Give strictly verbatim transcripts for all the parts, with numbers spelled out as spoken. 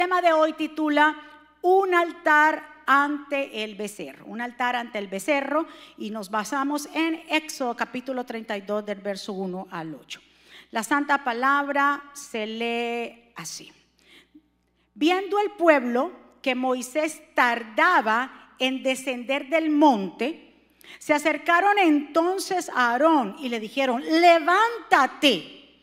tema de hoy titula Un altar ante el becerro, un altar ante el becerro, y nos basamos en Éxodo capítulo treinta y dos del verso uno al ocho. La santa palabra se lee así: viendo el pueblo que Moisés tardaba en descender del monte, se acercaron entonces a Aarón y le dijeron: levántate,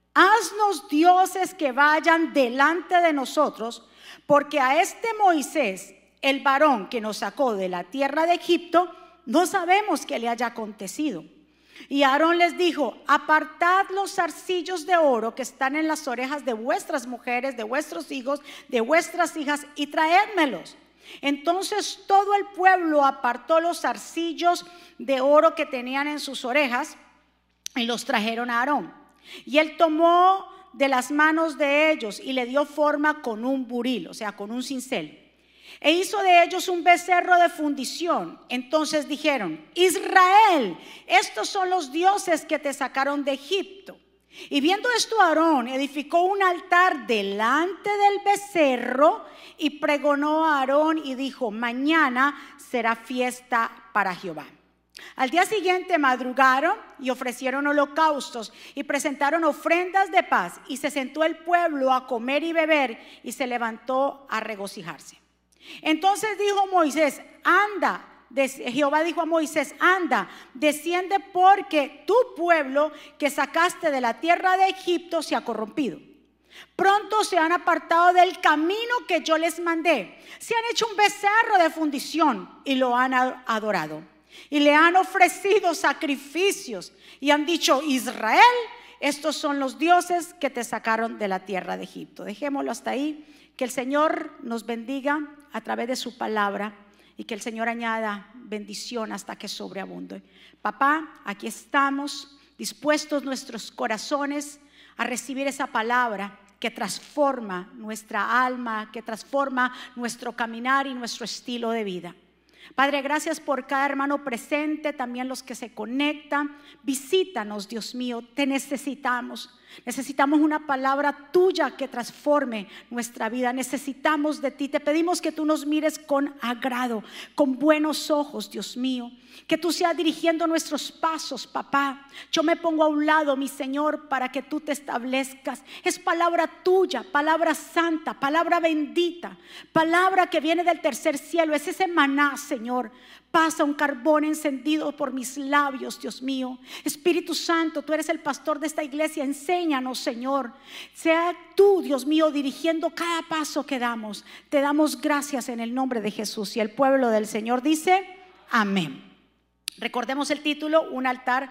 haznos dioses que vayan delante de nosotros, porque a este Moisés, el varón que nos sacó de la tierra de Egipto, no sabemos qué le haya acontecido. Y Aarón les dijo: apartad los zarcillos de oro que están en las orejas de vuestras mujeres, de vuestros hijos, de vuestras hijas, y traédmelos. Entonces todo el pueblo apartó los zarcillos de oro que tenían en sus orejas y los trajeron a Aarón. Y él tomó de las manos de ellos y le dio forma con un buril, o sea, con un cincel, e hizo de ellos un becerro de fundición. Entonces dijeron: Israel, estos son los dioses que te sacaron de Egipto. Y viendo esto, Aarón edificó un altar delante del becerro y pregonó a Aarón y dijo: mañana será fiesta para Jehová. Al día siguiente madrugaron y ofrecieron holocaustos y presentaron ofrendas de paz, y se sentó el pueblo a comer y beber y se levantó a regocijarse. Entonces dijo Moisés: anda, Jehová dijo a Moisés: anda, desciende, porque tu pueblo que sacaste de la tierra de Egipto se ha corrompido. Pronto se han apartado del camino que yo les mandé, se han hecho un becerro de fundición y lo han adorado, y le han ofrecido sacrificios y han dicho: Israel, estos son los dioses que te sacaron de la tierra de Egipto. Dejémoslo hasta ahí. Que el Señor nos bendiga a través de su palabra y que el Señor añada bendición hasta que sobreabunde. Papá, aquí estamos dispuestos nuestros corazones a recibir esa palabra que transforma nuestra alma, que transforma nuestro caminar y nuestro estilo de vida. Padre, gracias por cada hermano presente, también los que se conectan. Visítanos, Dios mío, te necesitamos. Necesitamos una palabra tuya que transforme nuestra vida. Necesitamos de ti. Te pedimos que tú nos mires con agrado, con buenos ojos, Dios mío. Que tú seas dirigiendo nuestros pasos, papá. Yo me pongo a un lado, mi Señor, para que tú te establezcas. Es palabra tuya, palabra santa, palabra bendita, palabra que viene del tercer cielo. Es ese maná, Señor. Pasa un carbón encendido por mis labios, Dios mío. Espíritu Santo, tú eres el pastor de esta iglesia. Enséñanos, Señor. Sea tú, Dios mío, dirigiendo cada paso que damos. Te damos gracias en el nombre de Jesús. Y el pueblo del Señor dice: amén. Recordemos el título: un altar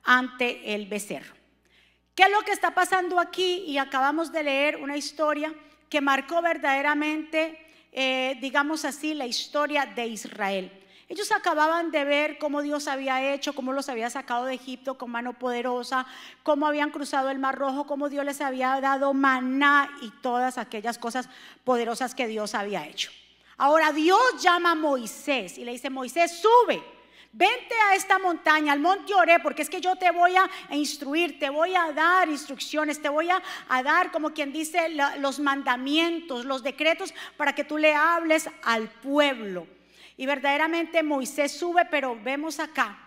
ante el becerro. ¿Qué es lo que está pasando aquí? Y acabamos de leer una historia que marcó verdaderamente, eh, digamos así, la historia de Israel. Ellos acababan de ver cómo Dios había hecho, cómo los había sacado de Egipto con mano poderosa, cómo habían cruzado el Mar Rojo, cómo Dios les había dado maná y todas aquellas cosas poderosas que Dios había hecho. Ahora Dios llama a Moisés y le dice: Moisés, sube, vente a esta montaña, al monte Oreb, porque es que yo te voy a instruir, te voy a dar instrucciones, te voy a, a dar, como quien dice, la, los mandamientos, los decretos, para que tú le hables al pueblo. Y verdaderamente Moisés sube, pero vemos acá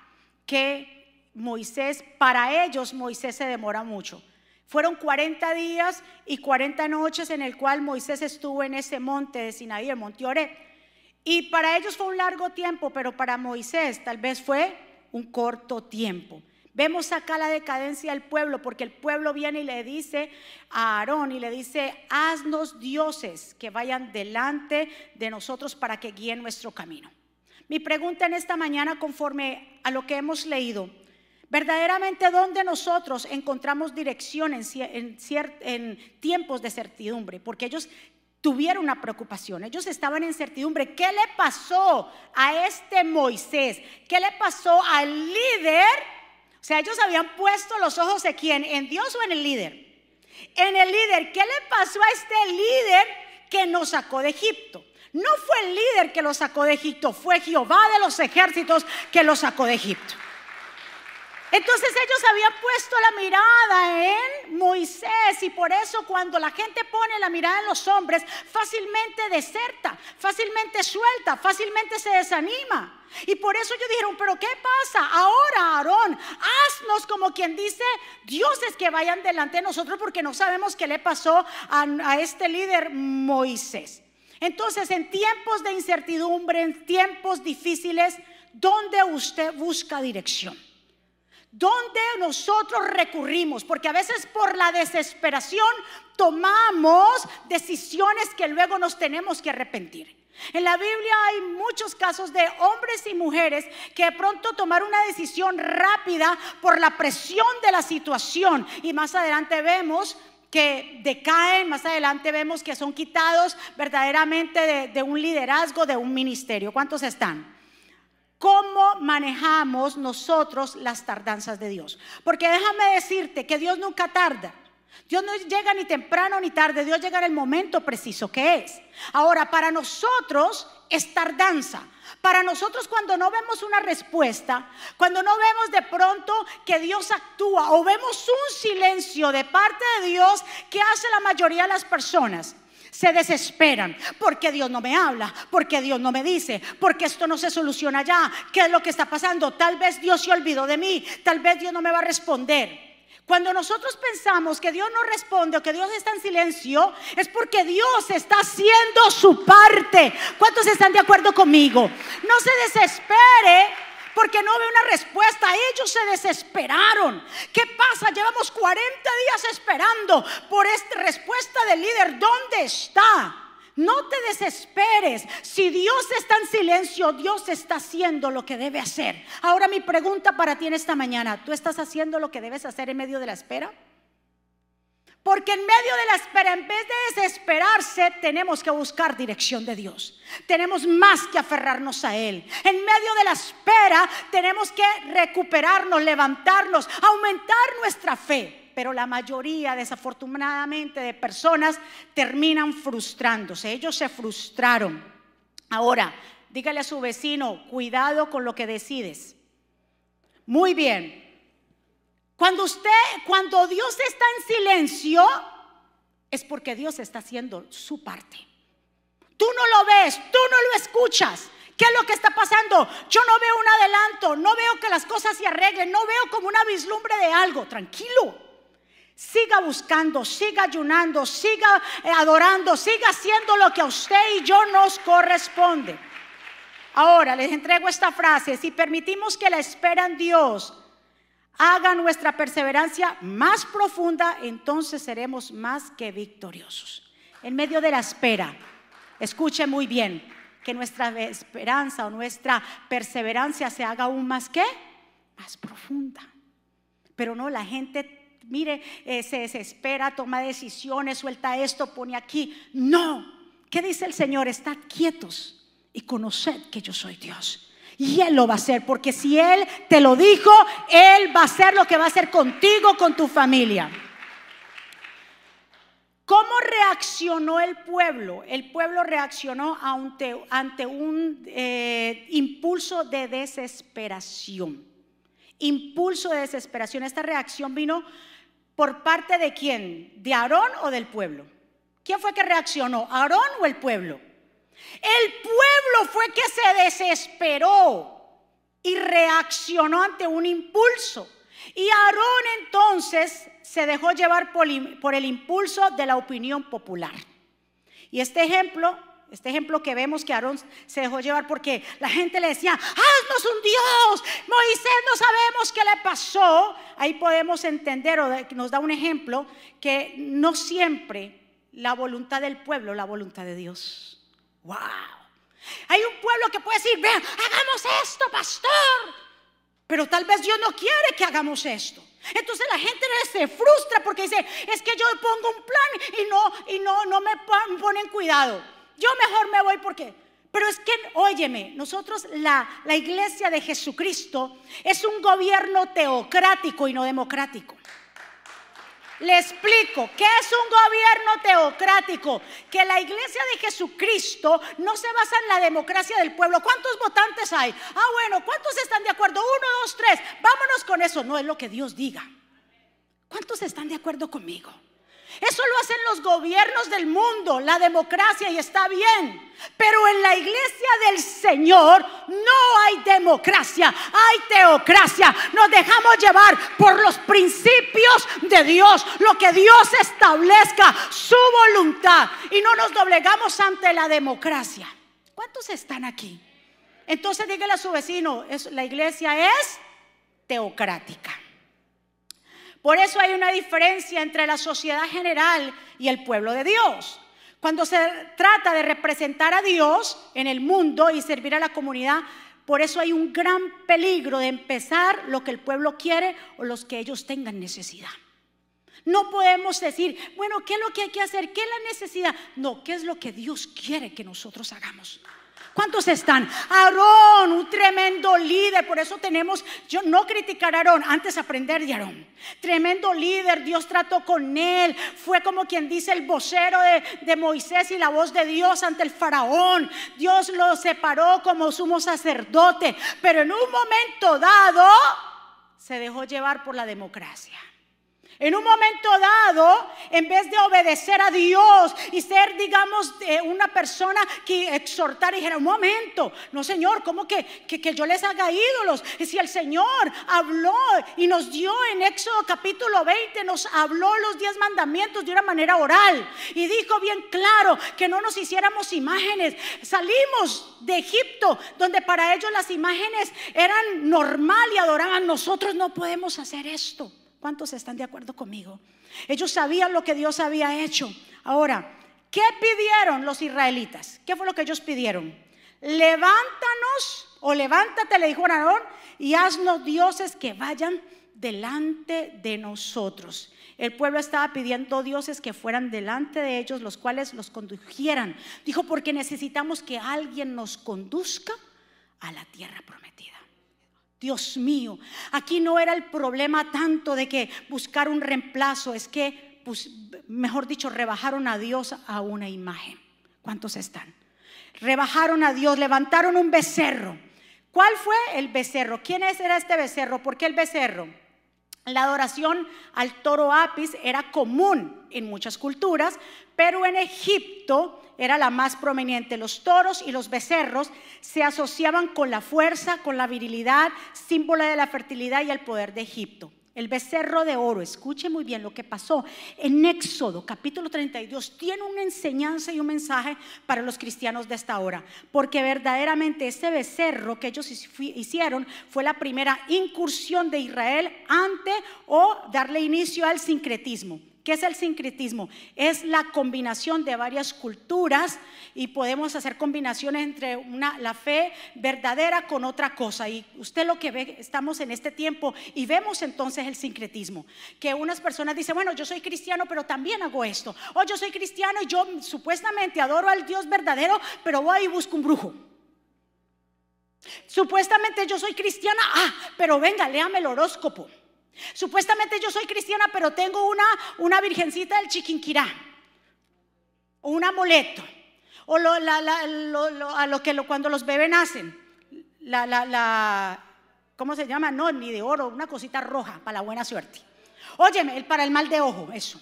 que Moisés, para ellos Moisés se demora mucho. Fueron cuarenta días y cuarenta noches en el cual Moisés estuvo en ese monte de Sinaí, el monte Oreb. Y para ellos fue un largo tiempo, pero para Moisés tal vez fue un corto tiempo. Vemos acá la decadencia del pueblo, porque el pueblo viene y le dice a Aarón y le dice: haznos dioses que vayan delante de nosotros para que guíen nuestro camino. Mi pregunta en esta mañana, conforme a lo que hemos leído: verdaderamente, ¿dónde nosotros encontramos dirección en, en, en tiempos de certidumbre? Porque ellos tuvieron una preocupación, ellos estaban en certidumbre. ¿Qué le pasó a este Moisés? ¿Qué le pasó al líder? O sea, ellos habían puesto los ojos ¿en quién? ¿En Dios o en el líder? En el líder. ¿Qué le pasó a este líder que nos sacó de Egipto? No fue el líder que lo sacó de Egipto, fue Jehová de los ejércitos que lo sacó de Egipto. Entonces ellos habían puesto la mirada en Moisés, y por eso cuando la gente pone la mirada en los hombres, fácilmente deserta, fácilmente suelta, fácilmente se desanima. Y por eso ellos dijeron, pero ¿qué pasa? Ahora, Aarón, haznos como quien dice dioses que vayan delante de nosotros, porque no sabemos qué le pasó a, a este líder Moisés. Entonces, en tiempos de incertidumbre, en tiempos difíciles, ¿dónde usted busca dirección? ¿Dónde nosotros recurrimos? Porque a veces por la desesperación tomamos decisiones que luego nos tenemos que arrepentir. En la Biblia hay muchos casos de hombres y mujeres que de pronto tomaron una decisión rápida por la presión de la situación, y más adelante vemos que decaen, más adelante vemos que son quitados verdaderamente de, de un liderazgo, de un ministerio. ¿Cuántos están? ¿Cómo manejamos nosotros las tardanzas de Dios? Porque déjame decirte que Dios nunca tarda. Dios no llega ni temprano ni tarde. Dios llega en el momento preciso que es. Ahora, para nosotros es tardanza. Para nosotros, cuando no vemos una respuesta, cuando no vemos de pronto que Dios actúa, o vemos un silencio de parte de Dios, ¿qué hace la mayoría de las personas? Se desesperan, porque Dios no me habla, porque Dios no me dice, porque esto no se soluciona ya. ¿Qué es lo que está pasando? Tal vez Dios se olvidó de mí, tal vez Dios no me va a responder. Cuando nosotros pensamos que Dios no responde o que Dios está en silencio, es porque Dios está haciendo su parte. ¿Cuántos están de acuerdo conmigo? No se desespere porque no ve una respuesta. Ellos se desesperaron. ¿Qué pasa? Llevamos cuarenta días esperando por esta respuesta del líder. ¿Dónde está? No te desesperes. Si Dios está en silencio, Dios está haciendo lo que debe hacer. Ahora mi pregunta para ti en esta mañana: ¿tú estás haciendo lo que debes hacer en medio de la espera? Porque en medio de la espera, en vez de desesperarse, tenemos que buscar dirección de Dios. Tenemos más que aferrarnos a Él. En medio de la espera tenemos que recuperarnos, levantarnos, aumentar nuestra fe. Pero la mayoría, desafortunadamente, de personas terminan frustrándose. Ellos se frustraron. Ahora, dígale a su vecino: cuidado con lo que decides. Muy bien. Cuando usted, cuando Dios está en silencio, es porque Dios está haciendo su parte. Tú no lo ves, tú no lo escuchas. ¿Qué es lo que está pasando? Yo no veo un adelanto, no veo que las cosas se arreglen, no veo como una vislumbre de algo. Tranquilo. Siga buscando, siga ayunando, siga adorando, siga haciendo lo que a usted y yo nos corresponde. Ahora les entrego esta frase: si permitimos que la espera en Dios haga nuestra perseverancia más profunda, entonces seremos más que victoriosos. En medio de la espera, escuche muy bien, que nuestra esperanza o nuestra perseverancia se haga aún más que más profunda. Pero no, la gente, mire, eh, se desespera, toma decisiones, suelta esto, pone aquí. No, ¿qué dice el Señor? Estad quietos y conoced que yo soy Dios. Y Él lo va a hacer, porque si Él te lo dijo, Él va a hacer lo que va a hacer contigo, con tu familia. ¿Cómo reaccionó el pueblo? El pueblo reaccionó ante, ante un eh, impulso de desesperación. Impulso de desesperación. Esta reacción vino ¿por parte de quién? ¿De Aarón o del pueblo? ¿Quién fue que reaccionó? ¿Aarón o el pueblo? El pueblo fue que se desesperó y reaccionó ante un impulso. Y Aarón entonces se dejó llevar por, por el impulso de la opinión popular. Y este ejemplo, este ejemplo que vemos que Aarón se dejó llevar porque la gente le decía: haznos un Dios, Moisés no sabemos qué le pasó. Ahí podemos entender, o nos da un ejemplo, que no siempre la voluntad del pueblo, la voluntad de Dios. Wow. Hay un pueblo que puede decir: vean, hagamos esto, pastor, pero tal vez Dios no quiere que hagamos esto. Entonces la gente se frustra porque dice: es que yo pongo un plan y no, y no, no me ponen cuidado. Yo mejor me voy porque... Pero es que, óyeme, nosotros, la, la iglesia de Jesucristo es un gobierno teocrático y no democrático. Le explico, ¿qué es un gobierno teocrático? Que la iglesia de Jesucristo no se basa en la democracia del pueblo. ¿Cuántos votantes hay? Ah, bueno, ¿cuántos están de acuerdo? Uno, dos, tres, vámonos con eso. No es lo que Dios diga. ¿Cuántos están de acuerdo conmigo? Eso lo hacen los gobiernos del mundo, la democracia, y está bien. Pero en la iglesia del Señor no hay democracia, hay teocracia. Nos dejamos llevar por los principios de Dios, lo que Dios establezca, su voluntad, y no nos doblegamos ante la democracia. ¿Cuántos están aquí? Entonces dígale a su vecino, es, la iglesia es teocrática. Por eso hay una diferencia entre la sociedad general y el pueblo de Dios. Cuando se trata de representar a Dios en el mundo y servir a la comunidad, por eso hay un gran peligro de empezar lo que el pueblo quiere o los que ellos tengan necesidad. No podemos decir, bueno, ¿qué es lo que hay que hacer? ¿Qué es la necesidad? No, ¿qué es lo que Dios quiere que nosotros hagamos? ¿Cuántos están? Aarón, un tremendo líder. Por eso tenemos, yo no criticar a Aarón, antes aprender de Aarón. Tremendo líder, Dios trató con él. Fue como quien dice el vocero de, de Moisés y la voz de Dios ante el faraón. Dios lo separó como sumo sacerdote. Pero en un momento dado se dejó llevar por la democracia. En un momento dado, en vez de obedecer a Dios y ser, digamos, eh, una persona que exhortara y dijera, un momento, no Señor, ¿cómo que, que, que yo les haga ídolos? Y si el Señor habló y nos dio en Éxodo capítulo veinte, nos habló los diez mandamientos de una manera oral y dijo bien claro que no nos hiciéramos imágenes. Salimos de Egipto, donde para ellos las imágenes eran normal y adoraban. Nosotros no podemos hacer esto. ¿Cuántos están de acuerdo conmigo? Ellos sabían lo que Dios había hecho. Ahora, ¿qué pidieron los israelitas? ¿Qué fue lo que ellos pidieron? Levántanos, o levántate, le dijo a Aarón, y haznos dioses que vayan delante de nosotros. El pueblo estaba pidiendo dioses que fueran delante de ellos, los cuales los condujeran. Dijo, porque necesitamos que alguien nos conduzca a la tierra prometida. Dios mío, aquí no era el problema tanto de que buscar un reemplazo, es que, pues, mejor dicho, rebajaron a Dios a una imagen. ¿Cuántos están? Rebajaron a Dios, levantaron un becerro. ¿Cuál fue el becerro? ¿Quién era este becerro? ¿Por qué el becerro? La adoración al toro Apis era común en muchas culturas, pero en Egipto era la más prominente. Los toros y los becerros se asociaban con la fuerza, con la virilidad, símbolo de la fertilidad y el poder de Egipto. El becerro de oro, escuche muy bien lo que pasó en Éxodo capítulo treinta y dos, tiene una enseñanza y un mensaje para los cristianos de esta hora, porque verdaderamente ese becerro que ellos hicieron fue la primera incursión de Israel ante o darle inicio al sincretismo. ¿Qué es el sincretismo? Es la combinación de varias culturas y podemos hacer combinaciones entre una, la fe verdadera con otra cosa. Y usted lo que ve, estamos en este tiempo y vemos entonces el sincretismo. Que unas personas dicen, bueno, yo soy cristiano, pero también hago esto. O yo soy cristiano y yo supuestamente adoro al Dios verdadero, pero voy y busco un brujo. Supuestamente yo soy cristiana, ah, pero venga, léame el horóscopo. Supuestamente yo soy cristiana, pero tengo una, una virgencita del Chiquinquirá, o un amuleto, o lo, la, la, lo, lo, a lo que lo, cuando los bebés nacen, la, la, la, ¿cómo se llama? No, ni de oro, una cosita roja para la buena suerte. Óyeme, el, para el mal de ojo, eso.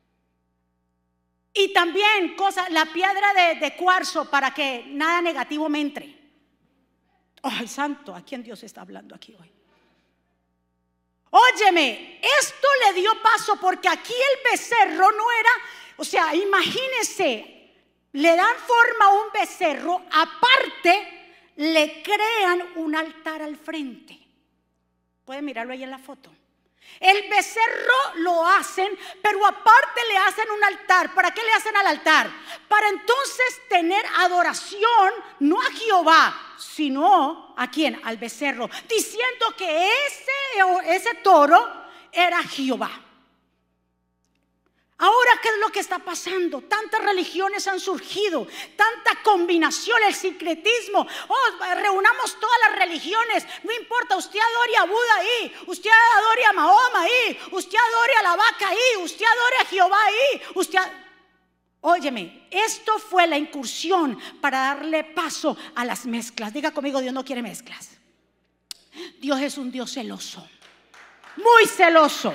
Y también cosa, la piedra de, de cuarzo para que nada negativo me entre. Ay, santo, ¿a quién Dios está hablando aquí hoy? Óyeme, esto le dio paso porque aquí el becerro no era, o sea, imagínense, le dan forma a un becerro, aparte le crean un altar al frente. Pueden mirarlo ahí en la foto. El becerro lo hacen, pero aparte le hacen un altar. ¿Para qué le hacen al altar? Para entonces tener adoración, no a Jehová, sino ¿a quién? Al becerro, diciendo que ese, ese toro era Jehová. Ahora, ¿qué es lo que está pasando? Tantas religiones han surgido, tanta combinación, el sincretismo. Oh, reunamos todas las religiones. No importa, usted adore a Buda ahí, usted adore a Mahoma ahí, usted adore a la vaca ahí, usted adore a Jehová ahí, usted... Óyeme, esto fue la incursión para darle paso a las mezclas. Diga conmigo, Dios no quiere mezclas. Dios es un Dios celoso, muy celoso.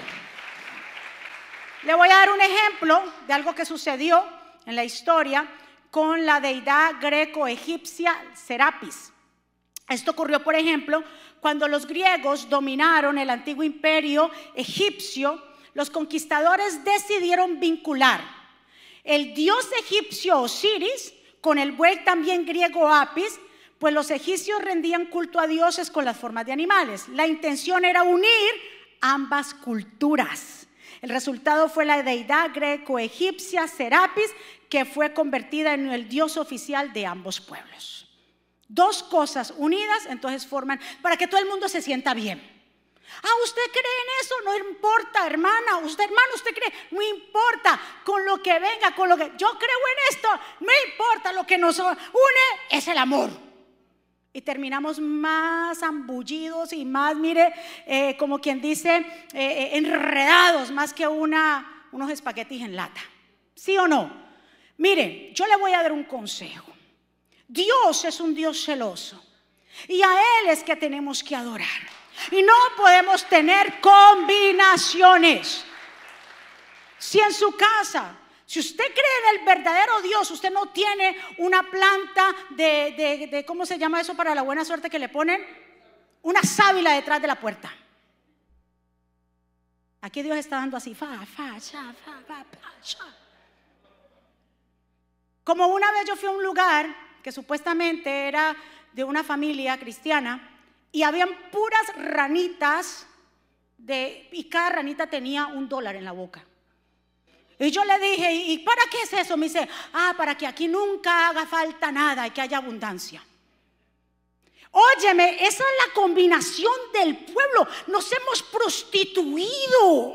Le voy a dar un ejemplo de algo que sucedió en la historia con la deidad greco-egipcia Serapis. Esto ocurrió, por ejemplo, cuando los griegos dominaron el antiguo imperio egipcio. Los conquistadores decidieron vincular el dios egipcio Osiris con el buey también griego Apis, pues los egipcios rendían culto a dioses con las formas de animales. La intención era unir ambas culturas. El resultado fue la deidad greco-egipcia Serapis, que fue convertida en el dios oficial de ambos pueblos. Dos cosas unidas, entonces forman, para que todo el mundo se sienta bien. Ah, ¿usted cree en eso? No importa, hermana. Usted, hermano, ¿usted cree? No importa, con lo que venga, con lo que... Yo creo en esto, no importa, lo que nos une es el amor. Y terminamos más ambullidos y más, mire, eh, como quien dice, eh, enredados, más que una, unos espaguetis en lata. ¿Sí o no? Mire, yo le voy a dar un consejo. Dios es un Dios celoso y a Él es que tenemos que adorar. Y no podemos tener combinaciones. Si en su casa, si usted cree en el verdadero Dios, usted no tiene una planta de, de, de ¿cómo se llama eso para la buena suerte que le ponen? Una sábila detrás de la puerta. Aquí Dios está dando así, fa, fa, cha, fa, fa, fa, cha. Como una vez yo fui a un lugar que supuestamente era de una familia cristiana y habían puras ranitas de, y cada ranita tenía un dólar en la boca. Y yo le dije, ¿y para qué es eso? Me dice, ah, para que aquí nunca haga falta nada y que haya abundancia. Óyeme, esa es la combinación del pueblo. Nos hemos prostituido.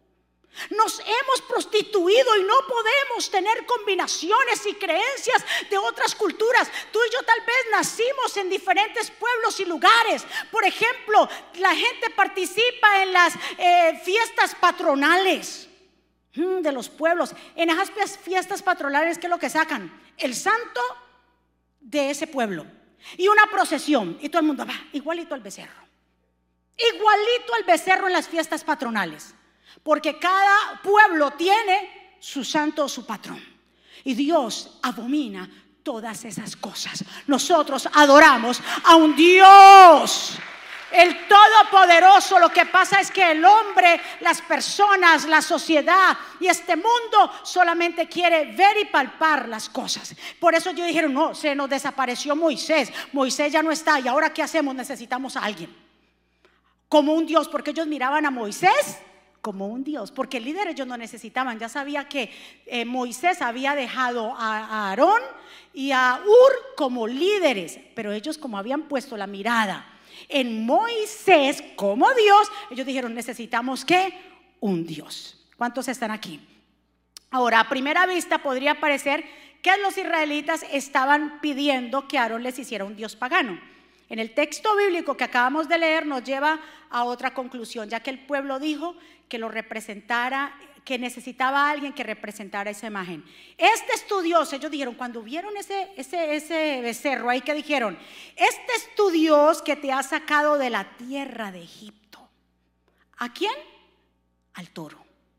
Nos hemos prostituido y no podemos tener combinaciones y creencias de otras culturas. Tú y yo tal vez nacimos en diferentes pueblos y lugares. Por ejemplo, la gente participa en las eh, fiestas patronales de los pueblos. En esas fiestas patronales, ¿qué es lo que sacan? El santo de ese pueblo y una procesión, y todo el mundo va igualito al becerro, igualito al becerro en las fiestas patronales, porque cada pueblo tiene su santo o su patrón. Y Dios abomina todas esas cosas. Nosotros adoramos a un Dios, el Todopoderoso. Lo que pasa es que el hombre, las personas, la sociedad y este mundo solamente quiere ver y palpar las cosas. Por eso yo dijeron, no, se nos desapareció Moisés. Moisés ya no está y ahora ¿qué hacemos? Necesitamos a alguien como un Dios, porque ellos miraban a Moisés como un Dios, porque líderes ellos no necesitaban. Ya sabía que eh, Moisés había dejado a, a Aarón y a Ur como líderes, pero ellos, como habían puesto la mirada en Moisés como Dios, ellos dijeron, necesitamos ¿qué? Un Dios. ¿Cuántos están aquí? Ahora, a primera vista podría parecer que los israelitas estaban pidiendo que Aarón les hiciera un Dios pagano. En el texto bíblico que acabamos de leer nos lleva a otra conclusión, ya que el pueblo dijo que lo representara, que necesitaba a alguien que representara esa imagen. Este es tu Dios. Ellos dijeron, cuando vieron ese, ese, ese becerro ahí, que dijeron, este es tu Dios que te ha sacado de la tierra de Egipto. ¿A quién? Al toro.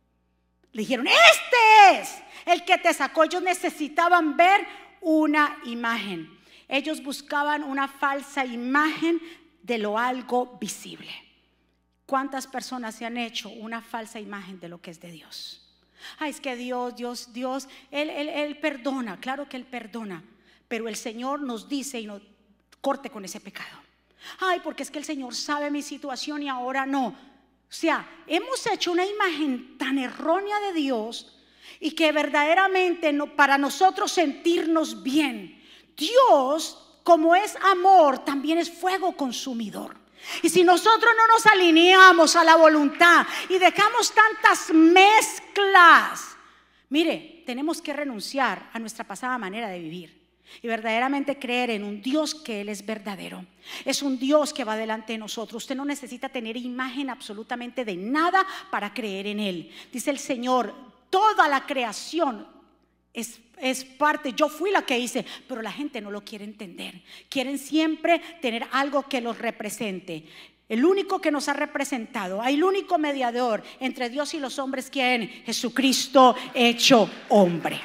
Le dijeron, este es el que te sacó. Ellos necesitaban ver una imagen. Ellos buscaban una falsa imagen de lo algo visible. ¿Cuántas personas se han hecho una falsa imagen de lo que es de Dios? Ay, es que Dios, Dios, Dios, Él, Él, Él perdona, claro que Él perdona, pero el Señor nos dice y nos corte con ese pecado. Ay, porque es que el Señor sabe mi situación y ahora no. O sea, hemos hecho una imagen tan errónea de Dios y que verdaderamente no, para nosotros sentirnos bien. Dios, como es amor, también es fuego consumidor. Y si nosotros no nos alineamos a la voluntad y dejamos tantas mezclas, Mire, tenemos que renunciar a nuestra pasada manera de vivir y verdaderamente creer en un Dios que Él es verdadero. Es un Dios que va delante de nosotros. Usted no necesita tener imagen absolutamente de nada para creer en Él. Dice el Señor, toda la creación es, es parte, yo fui la que hice, pero la gente no lo quiere entender. Quieren siempre tener algo que los represente. El único que nos ha representado, el único mediador entre Dios y los hombres, ¿quién? Jesucristo hecho hombre.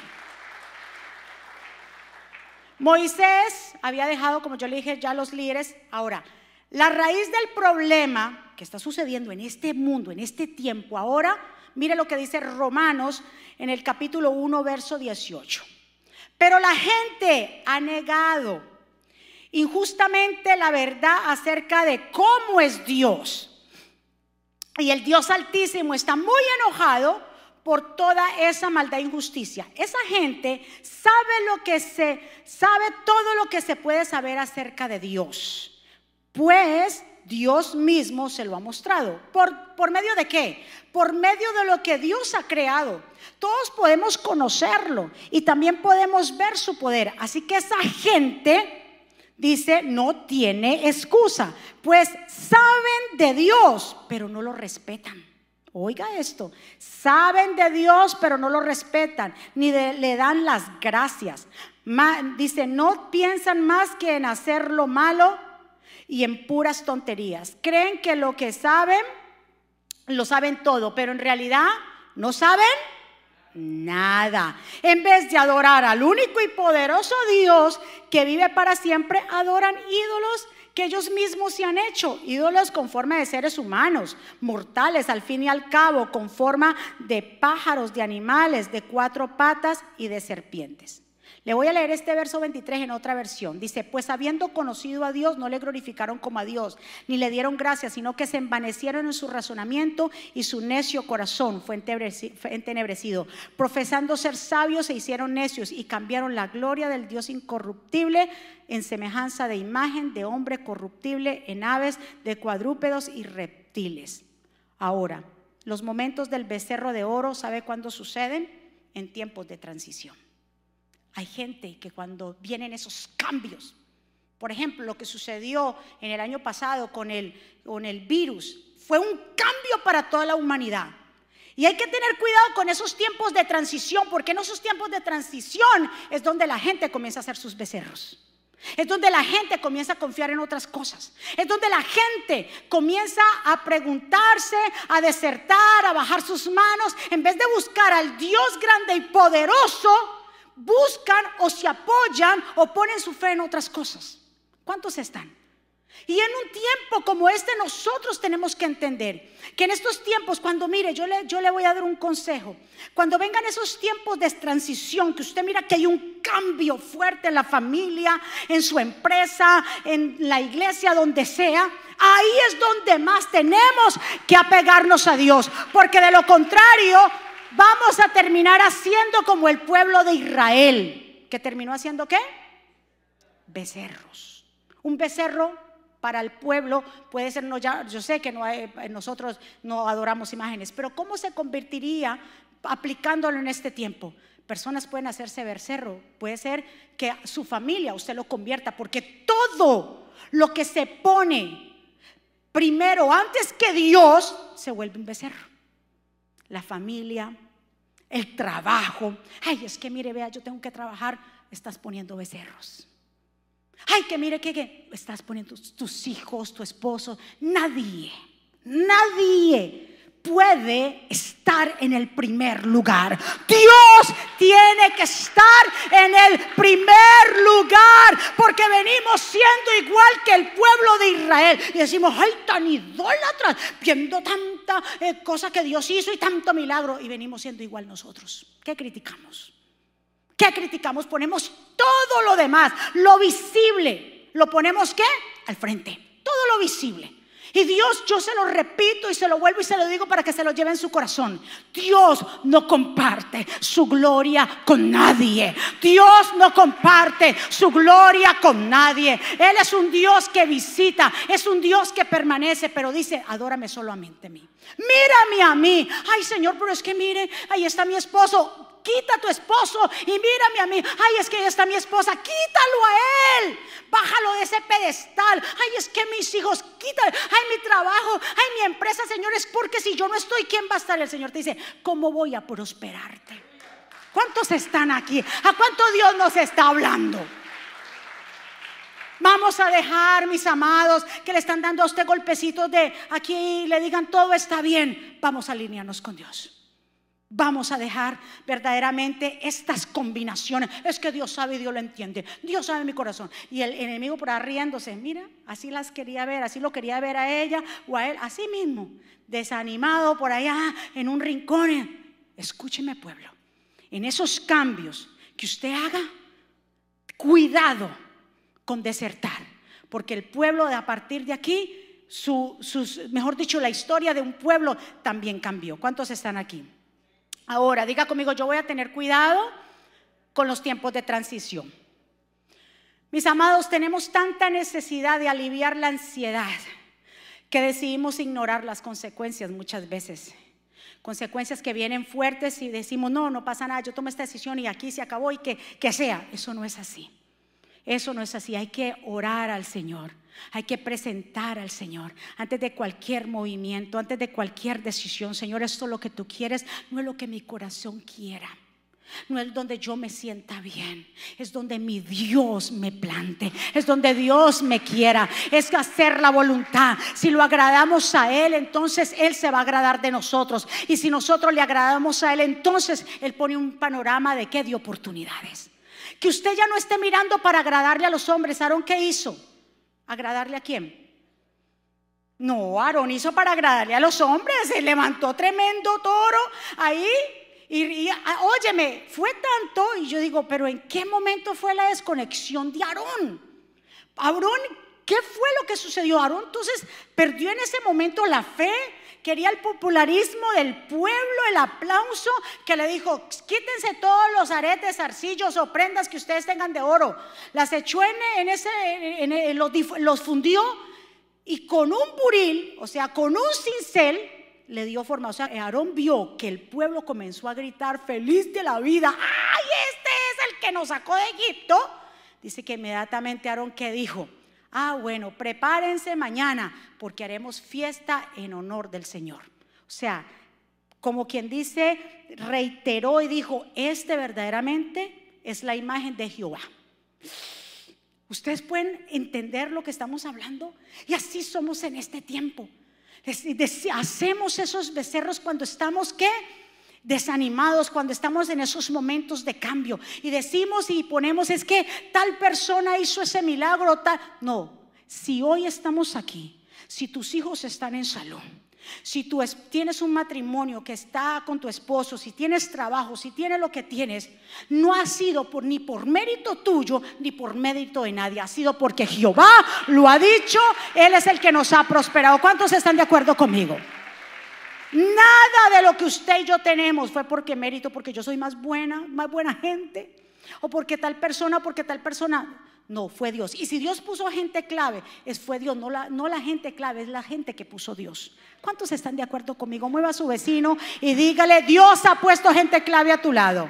Moisés había dejado, como yo le dije, ya los líderes. Ahora, la raíz del problema que está sucediendo en este mundo, en este tiempo ahora, mire lo que dice Romanos en el capítulo uno, verso dieciocho. Pero la gente ha negado injustamente la verdad acerca de cómo es Dios. Y el Dios Altísimo está muy enojado por toda esa maldad e injusticia. Esa gente sabe lo que se sabe, todo lo que se puede saber acerca de Dios, pues Dios mismo se lo ha mostrado. ¿Por, por medio de qué? Por medio de lo que Dios ha creado. Todos podemos conocerlo y también podemos ver su poder. Así que esa gente, dice, no tiene excusa, pues saben de Dios, pero no lo respetan. Oiga esto, saben de Dios, pero no lo respetan, ni de, le dan las gracias. Ma, dice, no piensan más que en hacer lo malo y en puras tonterías. Creen que lo que saben, lo saben todo, pero en realidad no saben nada. En vez de adorar al único y poderoso Dios que vive para siempre, adoran ídolos que ellos mismos se han hecho, ídolos con forma de seres humanos, mortales al fin y al cabo, con forma de pájaros, de animales, de cuatro patas y de serpientes. Le voy a leer este verso veintitrés en otra versión. Dice, pues habiendo conocido a Dios, no le glorificaron como a Dios, ni le dieron gracias, sino que se envanecieron en su razonamiento y su necio corazón fue entenebrecido. Profesando ser sabios, se hicieron necios y cambiaron la gloria del Dios incorruptible en semejanza de imagen de hombre corruptible, en aves, de cuadrúpedos y reptiles. Ahora, los momentos del becerro de oro, ¿sabe cuándo suceden? En tiempos de transición. Hay gente que cuando vienen esos cambios, por ejemplo, lo que sucedió en el año pasado con el, con el virus, fue un cambio para toda la humanidad. Y hay que tener cuidado con esos tiempos de transición, porque en esos tiempos de transición es donde la gente comienza a hacer sus becerros. Es donde la gente comienza a confiar en otras cosas. Es donde la gente comienza a preguntarse, a desertar, a bajar sus manos. En vez de buscar al Dios grande y poderoso, buscan o se apoyan o ponen su fe en otras cosas. ¿Cuántos están? Y en un tiempo como este nosotros tenemos que entender que en estos tiempos, cuando mire, yo le, yo le voy a dar un consejo. Cuando vengan esos tiempos de transición, que usted mira que hay un cambio fuerte en la familia, en su empresa, en la iglesia, donde sea, ahí es donde más tenemos que apegarnos a Dios, porque de lo contrario vamos a terminar haciendo como el pueblo de Israel, que terminó haciendo ¿qué? Becerros. Un becerro para el pueblo puede ser, no, ya, yo sé que no hay, nosotros no adoramos imágenes, pero ¿cómo se convertiría aplicándolo en este tiempo? Personas pueden hacerse becerro, puede ser que su familia usted lo convierta, porque todo lo que se pone primero antes que Dios se vuelve un becerro. La familia, el trabajo. Ay, es que mire, vea, yo tengo que trabajar. Estás poniendo becerros. Ay, que mire que, que estás poniendo tus, tus hijos, tu esposo. Nadie, nadie puede estar en el primer lugar. Dios tiene que estar en el primer lugar, porque venimos siendo igual que el pueblo de Israel y decimos, ay, tan idólatras, viendo tanta eh, cosa que Dios hizo y tanto milagro, y venimos siendo igual nosotros. ¿Qué criticamos? ¿Qué criticamos? Ponemos todo lo demás, lo visible, lo ponemos ¿qué? Al frente, todo lo visible. Y Dios, yo se lo repito y se lo vuelvo y se lo digo para que se lo lleve en su corazón. Dios no comparte su gloria con nadie. Dios no comparte su gloria con nadie. Él es un Dios que visita, es un Dios que permanece, pero dice, adórame solamente a mí. Mírame a mí. Ay, Señor, pero es que mire, ahí está mi esposo. quita a tu esposo y mírame a mí. Ay, es que ya está mi esposa, quítalo a él, bájalo de ese pedestal. Ay, es que mis hijos, quítalo. Ay, mi trabajo, ay, mi empresa, Señor, es porque si yo no estoy, ¿quién va a estar? El Señor te dice, ¿cómo voy a prosperarte? ¿Cuántos están aquí? ¿A cuánto Dios nos está hablando? Vamos a dejar, mis amados, que le están dando a usted golpecitos de aquí, le digan todo está bien. Vamos a alinearnos con Dios. Vamos a dejar verdaderamente estas combinaciones. Es que Dios sabe y Dios lo entiende. Dios sabe mi corazón. Y el enemigo por ahí riéndose, mira, así las quería ver, así lo quería ver a ella o a él, así mismo, desanimado por allá en un rincón. Escúcheme, pueblo, en esos cambios que usted haga, cuidado con desertar, porque el pueblo de a partir de aquí, su, sus, mejor dicho, la historia de un pueblo también cambió. ¿Cuántos están aquí? Ahora, diga conmigo, yo voy a tener cuidado con los tiempos de transición. Mis amados, tenemos tanta necesidad de aliviar la ansiedad que decidimos ignorar las consecuencias muchas veces. Consecuencias que vienen fuertes y decimos, no, no pasa nada, yo tomo esta decisión y aquí se acabó y que, que sea. Eso no es así. Eso no es así. Hay que orar al Señor, hay que presentar al Señor antes de cualquier movimiento, antes de cualquier decisión. Señor, esto es lo que tú quieres, no es lo que mi corazón quiera, no es donde yo me sienta bien, es donde mi Dios me plante, es donde Dios me quiera, es hacer la voluntad. Si lo agradamos a Él, entonces Él se va a agradar de nosotros, y si nosotros le agradamos a Él, entonces Él pone un panorama de qué, de oportunidades. Que usted ya no esté mirando para agradarle a los hombres. ¿Aarón qué hizo? ¿Agradarle a quién? No, Aarón hizo para agradarle a los hombres. Se levantó tremendo toro ahí y, y óyeme, fue tanto. Y yo digo, pero ¿en qué momento fue la desconexión de Aarón? Aarón, ¿qué fue lo que sucedió? Aarón entonces perdió en ese momento la fe. Quería el popularismo del pueblo, el aplauso, que le dijo, quítense todos los aretes, arcillos o prendas que ustedes tengan de oro. Las echó en, en ese, en, en, los, los fundió y con un buril, o sea, con un cincel, le dio forma. O sea, Aarón vio que el pueblo comenzó a gritar feliz de la vida. ¡Ay, este es el que nos sacó de Egipto! Dice que inmediatamente Aarón, ¿qué dijo? Ah, bueno, prepárense mañana porque haremos fiesta en honor del Señor. O sea, como quien dice, reiteró y dijo, este verdaderamente es la imagen de Jehová. Ustedes pueden entender lo que estamos hablando. Y así somos en este tiempo. Hacemos esos becerros cuando estamos, ¿qué? Desanimados, cuando estamos en esos momentos de cambio y decimos y ponemos, es que tal persona hizo ese milagro, tal. No, si hoy estamos aquí, si tus hijos están en salud, si tú tienes un matrimonio que está con tu esposo, si tienes trabajo, si tienes lo que tienes, no ha sido por, ni por mérito tuyo ni por mérito de nadie, ha sido porque Jehová lo ha dicho. Él es el que nos ha prosperado. ¿Cuántos están de acuerdo conmigo? Nada de lo que usted y yo tenemos fue porque mérito, porque yo soy más buena, más buena gente, o porque tal persona, porque tal persona. No, fue Dios. Y si Dios puso gente clave, es fue Dios, no la, no la gente clave, es la gente que puso Dios. ¿Cuántos están de acuerdo conmigo? Mueva a su vecino y dígale, Dios ha puesto gente clave a tu lado.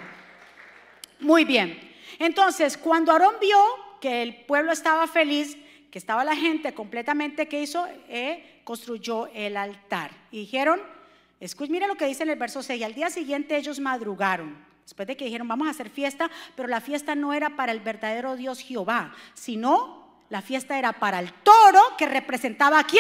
Muy bien. Entonces, cuando Aarón vio que el pueblo estaba feliz, que estaba la gente completamente, ¿qué hizo? Eh, construyó el altar. Y dijeron, escucha, mira lo que dice en el verso seis. Al día siguiente ellos madrugaron, después de que dijeron vamos a hacer fiesta, pero la fiesta no era para el verdadero Dios Jehová, sino la fiesta era para el toro, que representaba ¿a quién?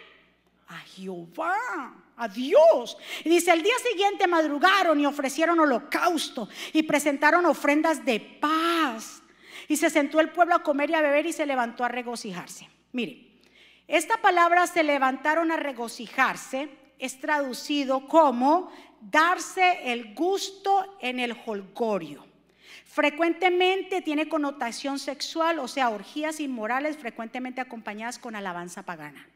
A Jehová, a Dios. Y dice, al día siguiente madrugaron y ofrecieron holocausto y presentaron ofrendas de paz. Y se sentó el pueblo a comer y a beber y se levantó a regocijarse. Mire, esta palabra se levantaron a regocijarse es traducido como darse el gusto en el jolgorio. Frecuentemente tiene connotación sexual, o sea, orgías inmorales frecuentemente acompañadas con alabanza pagana.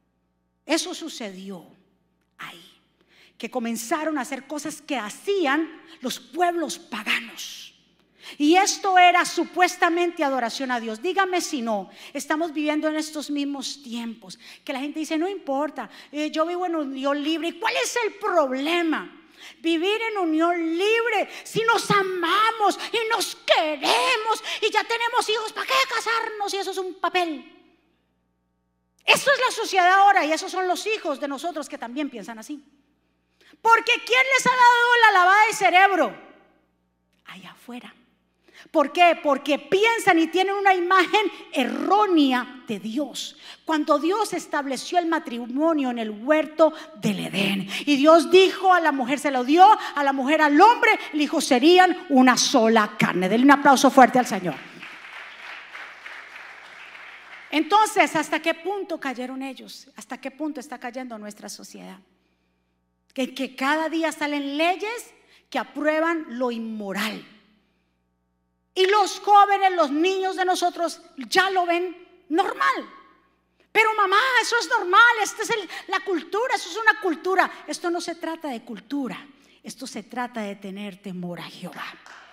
Eso sucedió ahí, que comenzaron a hacer cosas que hacían los pueblos paganos. Y esto era supuestamente adoración a Dios. Dígame si no, estamos viviendo en estos mismos tiempos que la gente dice, no importa, eh, yo vivo en un Dios libre. ¿Y cuál es el problema? vivir en unión libre. Si nos amamos y nos queremos y ya tenemos hijos, ¿para qué casarnos? Y eso es un papel. Eso es la sociedad ahora, y esos son los hijos de nosotros que también piensan así. Porque ¿quién les ha dado la lavada de cerebro? Allá afuera. ¿Por qué? Porque piensan y tienen una imagen errónea de Dios. Cuando Dios estableció el matrimonio en el huerto del Edén, y Dios dijo a la mujer, se lo dio a la mujer, al hombre, le dijo, serían una sola carne. Denle un aplauso fuerte al Señor. Entonces, ¿hasta qué punto cayeron ellos? ¿Hasta qué punto está cayendo nuestra sociedad? Que, que cada día salen leyes que aprueban lo inmoral. Y los jóvenes, los niños de nosotros ya lo ven normal. Pero mamá, eso es normal, esta es el, la cultura, eso es una cultura. Esto no se trata de cultura, esto se trata de tener temor a Jehová.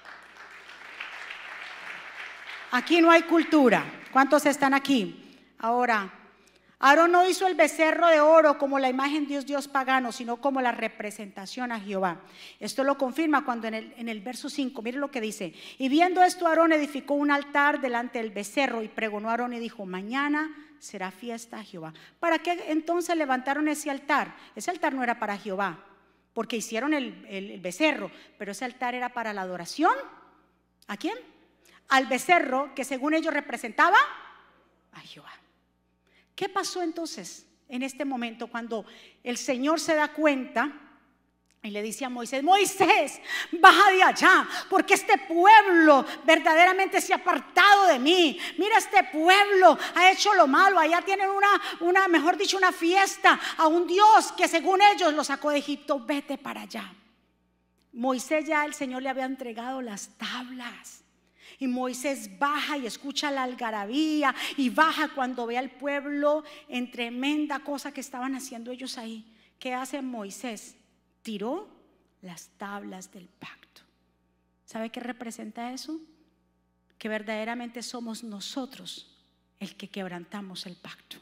Aquí no hay cultura. ¿Cuántos están aquí? Ahora, Aarón no hizo el becerro de oro como la imagen de Dios, Dios pagano, sino como la representación a Jehová. Esto lo confirma cuando en el, en el verso cinco, mire lo que dice. Y viendo esto, Aarón edificó un altar delante del becerro y pregonó a Aarón y dijo, mañana será fiesta a Jehová. ¿Para qué entonces levantaron ese altar? Ese altar no era para Jehová, porque hicieron el, el, el becerro, pero ese altar era para la adoración. ¿A quién? Al becerro, que según ellos representaba a Jehová. ¿Qué pasó entonces en este momento cuando el Señor se da cuenta y le dice a Moisés, Moisés, baja de allá, porque este pueblo verdaderamente se ha apartado de mí? Mira, este pueblo ha hecho lo malo. Allá tienen una, una, mejor dicho, una fiesta a un Dios que según ellos lo sacó de Egipto. Vete para allá. Moisés, ya el Señor le había entregado las tablas. Y Moisés baja y escucha la algarabía, y baja cuando ve al pueblo en tremenda cosa que estaban haciendo ellos ahí. ¿Qué hace Moisés? Tiró las tablas del pacto. ¿Sabe qué representa eso? Que verdaderamente somos nosotros el que quebrantamos el pacto.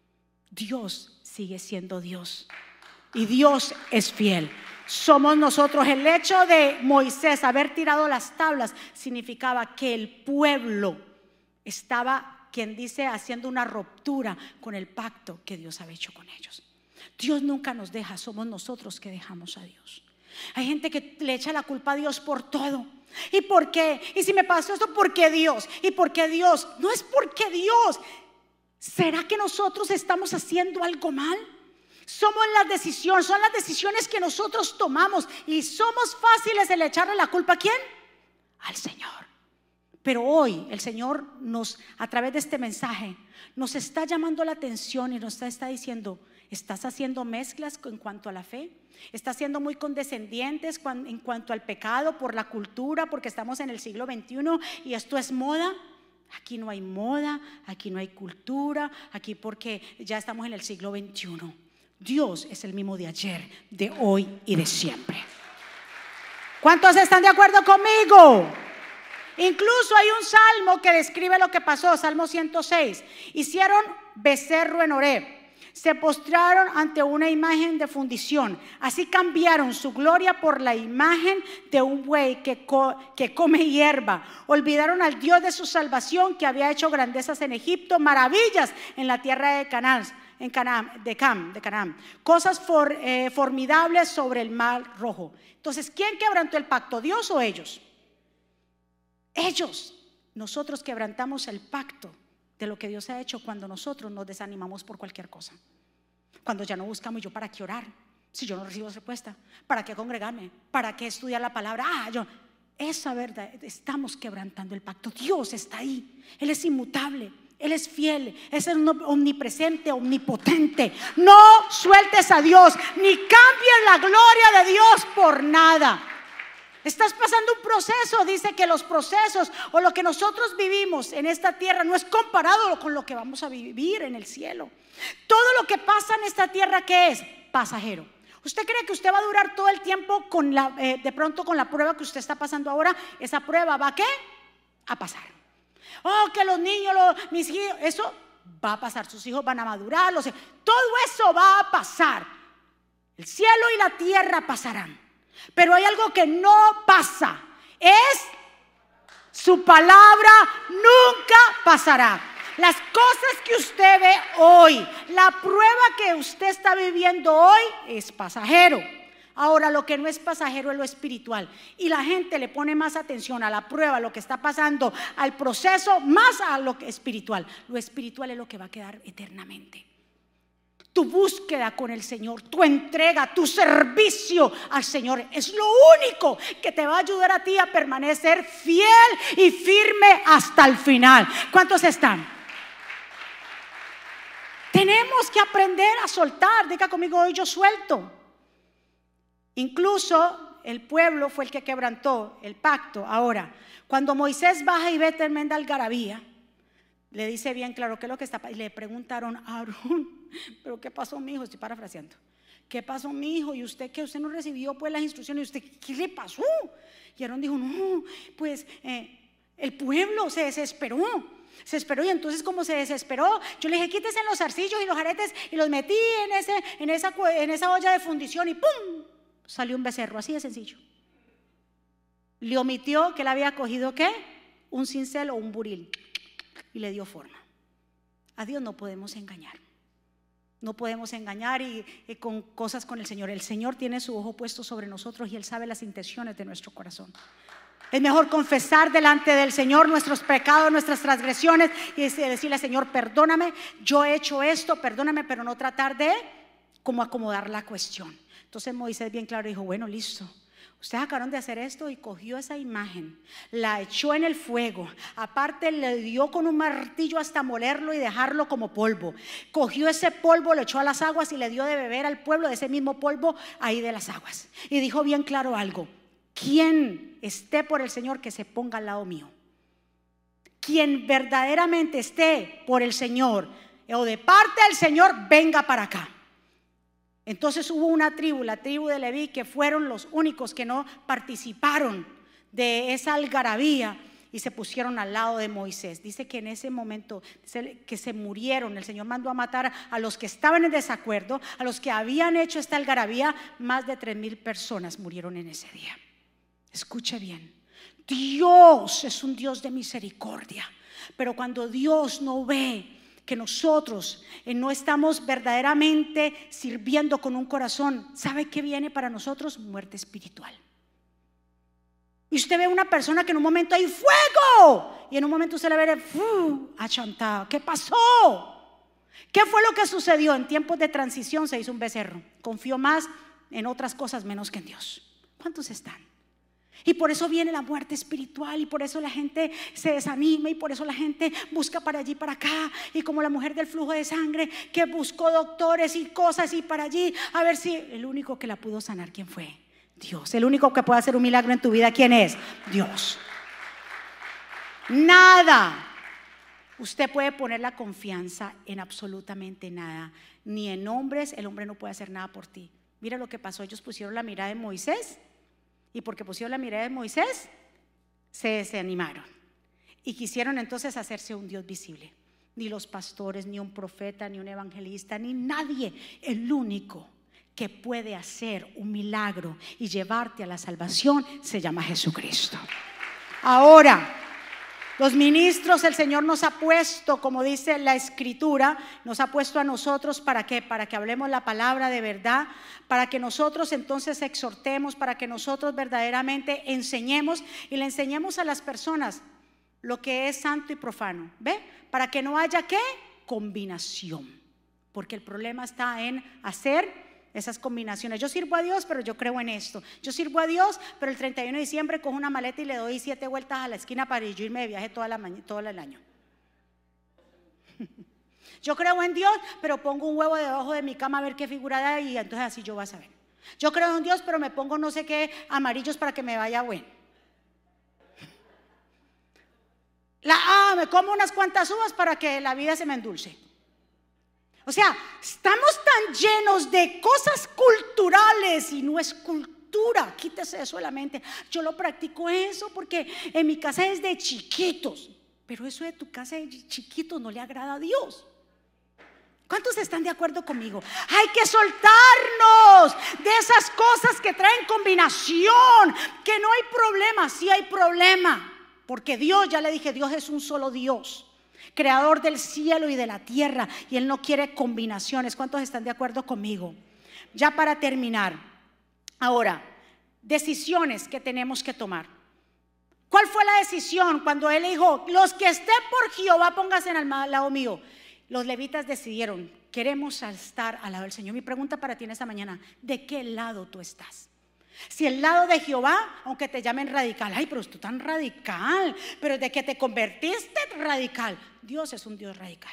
Dios sigue siendo Dios y Dios es fiel. Somos nosotros. El hecho de Moisés haber tirado las tablas significaba que el pueblo estaba, quien dice, haciendo una ruptura con el pacto que Dios había hecho con ellos. Dios nunca nos deja, somos nosotros que dejamos a Dios. Hay gente que le echa la culpa a Dios por todo. ¿Y por qué? Y si me pasó esto, ¿por qué Dios? ¿Y por qué Dios? No es porque Dios. ¿Será que nosotros estamos haciendo algo mal? Somos las decisiones, son las decisiones que nosotros tomamos, y somos fáciles el echarle la culpa ¿a quién? Al Señor. Pero hoy el Señor nos, a través de este mensaje, nos está llamando la atención y nos está, está diciendo, ¿estás haciendo mezclas en cuanto a la fe? ¿Estás siendo muy condescendientes en cuanto al pecado por la cultura, porque estamos en el siglo veintiuno y esto es moda? Aquí no hay moda, aquí no hay cultura, aquí porque ya estamos en el siglo veintiuno. Dios es el mismo de ayer, de hoy y de siempre. ¿Cuántos están de acuerdo conmigo? Incluso hay un salmo que describe lo que pasó, Salmo ciento seis. Hicieron becerro en Horeb, se postraron ante una imagen de fundición. Así cambiaron su gloria por la imagen de un buey que, co que come hierba. Olvidaron al Dios de su salvación, que había hecho grandezas en Egipto, maravillas en la tierra de Canaán. En Canaán, de Cam, de Canaán, cosas for, eh, formidables sobre el mar Rojo. Entonces, ¿quién quebrantó el pacto? ¿Dios o ellos? Ellos. Nosotros quebrantamos el pacto de lo que Dios ha hecho cuando nosotros nos desanimamos por cualquier cosa. Cuando ya no buscamos, yo para qué orar si yo no recibo respuesta, para qué congregarme, para qué estudiar la palabra. Ah, yo, esa verdad, estamos quebrantando el pacto. Dios está ahí, Él es inmutable. Él es fiel, es omnipresente, omnipotente. No sueltes a Dios, ni cambies la gloria de Dios por nada. Estás pasando un proceso. Dice que los procesos o lo que nosotros vivimos en esta tierra no es comparado con lo que vamos a vivir en el cielo. Todo lo que pasa en esta tierra, ¿qué es? Pasajero. ¿Usted cree que usted va a durar todo el tiempo con la, eh, de pronto con la prueba que usted está pasando ahora? Esa prueba va ¿a qué? A pasar. Oh, que los niños, los, mis hijos, eso va a pasar. Sus hijos van a madurar, los, todo eso va a pasar. El cielo y la tierra pasarán, Pero hay algo que no pasa, es su palabra nunca pasará. Las cosas que usted ve hoy, la prueba que usted está viviendo hoy es pasajero. Ahora, lo que no es pasajero es lo espiritual. Y la gente le pone más atención a la prueba, a lo que está pasando, al proceso, más a lo que es espiritual. Lo espiritual es lo que va a quedar eternamente. Tu búsqueda con el Señor, tu entrega, tu servicio al Señor es lo único que te va a ayudar a ti a permanecer fiel y firme hasta el final. ¿Cuántos están? Tenemos que aprender a soltar. Diga conmigo, hoy yo suelto. Incluso el pueblo fue el que quebrantó el pacto. Ahora, cuando Moisés baja y ve tremenda algarabía, le dice bien claro qué es lo que está pasando. Y le preguntaron a Aarón, pero ¿qué pasó, mi hijo? Estoy parafraseando. ¿Qué pasó, mi hijo? ¿Y usted qué? ¿Usted no recibió pues las instrucciones? ¿Y usted qué le pasó? Y Aarón dijo, no, pues eh, el pueblo se desesperó. Se esperó, y entonces como se desesperó, yo le dije, quítese los zarcillos y los aretes, y los metí en, ese, en, esa, en esa olla de fundición, y ¡pum! Salió un becerro, así de sencillo. Le omitió que él había cogido ¿qué? Un cincel o un buril, y le dio forma. A Dios no podemos engañar. No podemos engañar y, y con cosas con el Señor. El Señor tiene su ojo puesto sobre nosotros y Él sabe las intenciones de nuestro corazón. Es mejor confesar delante del Señor nuestros pecados, nuestras transgresiones, y decirle, Señor, perdóname, yo he hecho esto, perdóname, pero no tratar de como acomodar la cuestión. Entonces Moisés bien claro dijo, bueno, listo, ustedes acabaron de hacer esto, y cogió esa imagen, la echó en el fuego, aparte le dio con un martillo hasta molerlo y dejarlo como polvo. Cogió ese polvo, lo echó a las aguas y le dio de beber al pueblo de ese mismo polvo ahí de las aguas. Y dijo bien claro algo: quien esté por el Señor, que se ponga al lado mío. Quien verdaderamente esté por el Señor o de parte del Señor, venga para acá. Entonces hubo una tribu, la tribu de Leví, que fueron los únicos que no participaron de esa algarabía y se pusieron al lado de Moisés. Dice que en ese momento que se murieron, el Señor mandó a matar a los que estaban en desacuerdo, a los que habían hecho esta algarabía. Más de tres mil personas murieron en ese día. Escuche bien, Dios es un Dios de misericordia, pero cuando Dios no ve que nosotros eh, no estamos verdaderamente sirviendo con un corazón, ¿sabe qué viene para nosotros? Muerte espiritual. Y usted ve a una persona que en un momento hay fuego y en un momento usted le ve uh, achantado. ¿Qué pasó? ¿Qué fue lo que sucedió? En tiempos de transición se hizo un becerro. Confió más en otras cosas menos que en Dios. ¿Cuántos están? Y por eso viene la muerte espiritual, y por eso la gente se desanima, y por eso la gente busca para allí, para acá. Y como la mujer del flujo de sangre, que buscó doctores y cosas y para allí, a ver si el único que la pudo sanar, ¿quién fue? Dios. El único que puede hacer un milagro en tu vida, ¿quién es? Dios. Nada. Usted puede poner la confianza en absolutamente nada, ni en hombres. El hombre no puede hacer nada por ti. Mira lo que pasó, ellos pusieron la mirada en Moisés, y porque pusieron la mirada de Moisés, se desanimaron y quisieron entonces hacerse un Dios visible. Ni los pastores, ni un profeta, ni un evangelista, ni nadie. El único que puede hacer un milagro y llevarte a la salvación se llama Jesucristo. Ahora, los ministros, el Señor nos ha puesto, como dice la Escritura, nos ha puesto a nosotros ¿para qué? Para que hablemos la palabra de verdad, para que nosotros entonces exhortemos, para que nosotros verdaderamente enseñemos y le enseñemos a las personas lo que es santo y profano. ¿Ve? Para que no haya ¿qué? Combinación, porque el problema está en hacer esas combinaciones. Yo sirvo a Dios, pero yo creo en esto. Yo sirvo a Dios, pero el treinta y uno de diciembre cojo una maleta y le doy siete vueltas a la esquina para yo irme de viaje toda la mañana, todo el año. Yo creo en Dios, pero pongo un huevo debajo de mi cama a ver qué figura hay, y entonces así yo voy a saber. Yo creo en Dios, pero me pongo no sé qué amarillos para que me vaya bueno. La, ah, me como unas cuantas uvas para que la vida se me endulce. O sea, estamos tan llenos de cosas culturales y no es cultura. Quítese eso de la mente. Yo lo practico eso porque en mi casa es de chiquitos. Pero eso de tu casa de chiquitos no le agrada a Dios. ¿Cuántos están de acuerdo conmigo? Hay que soltarnos de esas cosas que traen combinación, que no hay problema. Sí hay problema, porque Dios, ya le dije, Dios es un solo Dios, creador del cielo y de la tierra, y Él no quiere combinaciones. ¿Cuántos están de acuerdo conmigo? Ya para terminar, ahora, decisiones que tenemos que tomar. ¿Cuál fue la decisión cuando Él dijo: los que estén por Jehová, pónganse al lado mío? Los levitas decidieron: queremos estar al lado del Señor. Mi pregunta para ti en esta mañana: ¿de qué lado tú estás? Si el lado de Jehová, aunque te llamen radical, ay, pero tú tan radical, pero de que te convertiste radical. Dios es un Dios radical.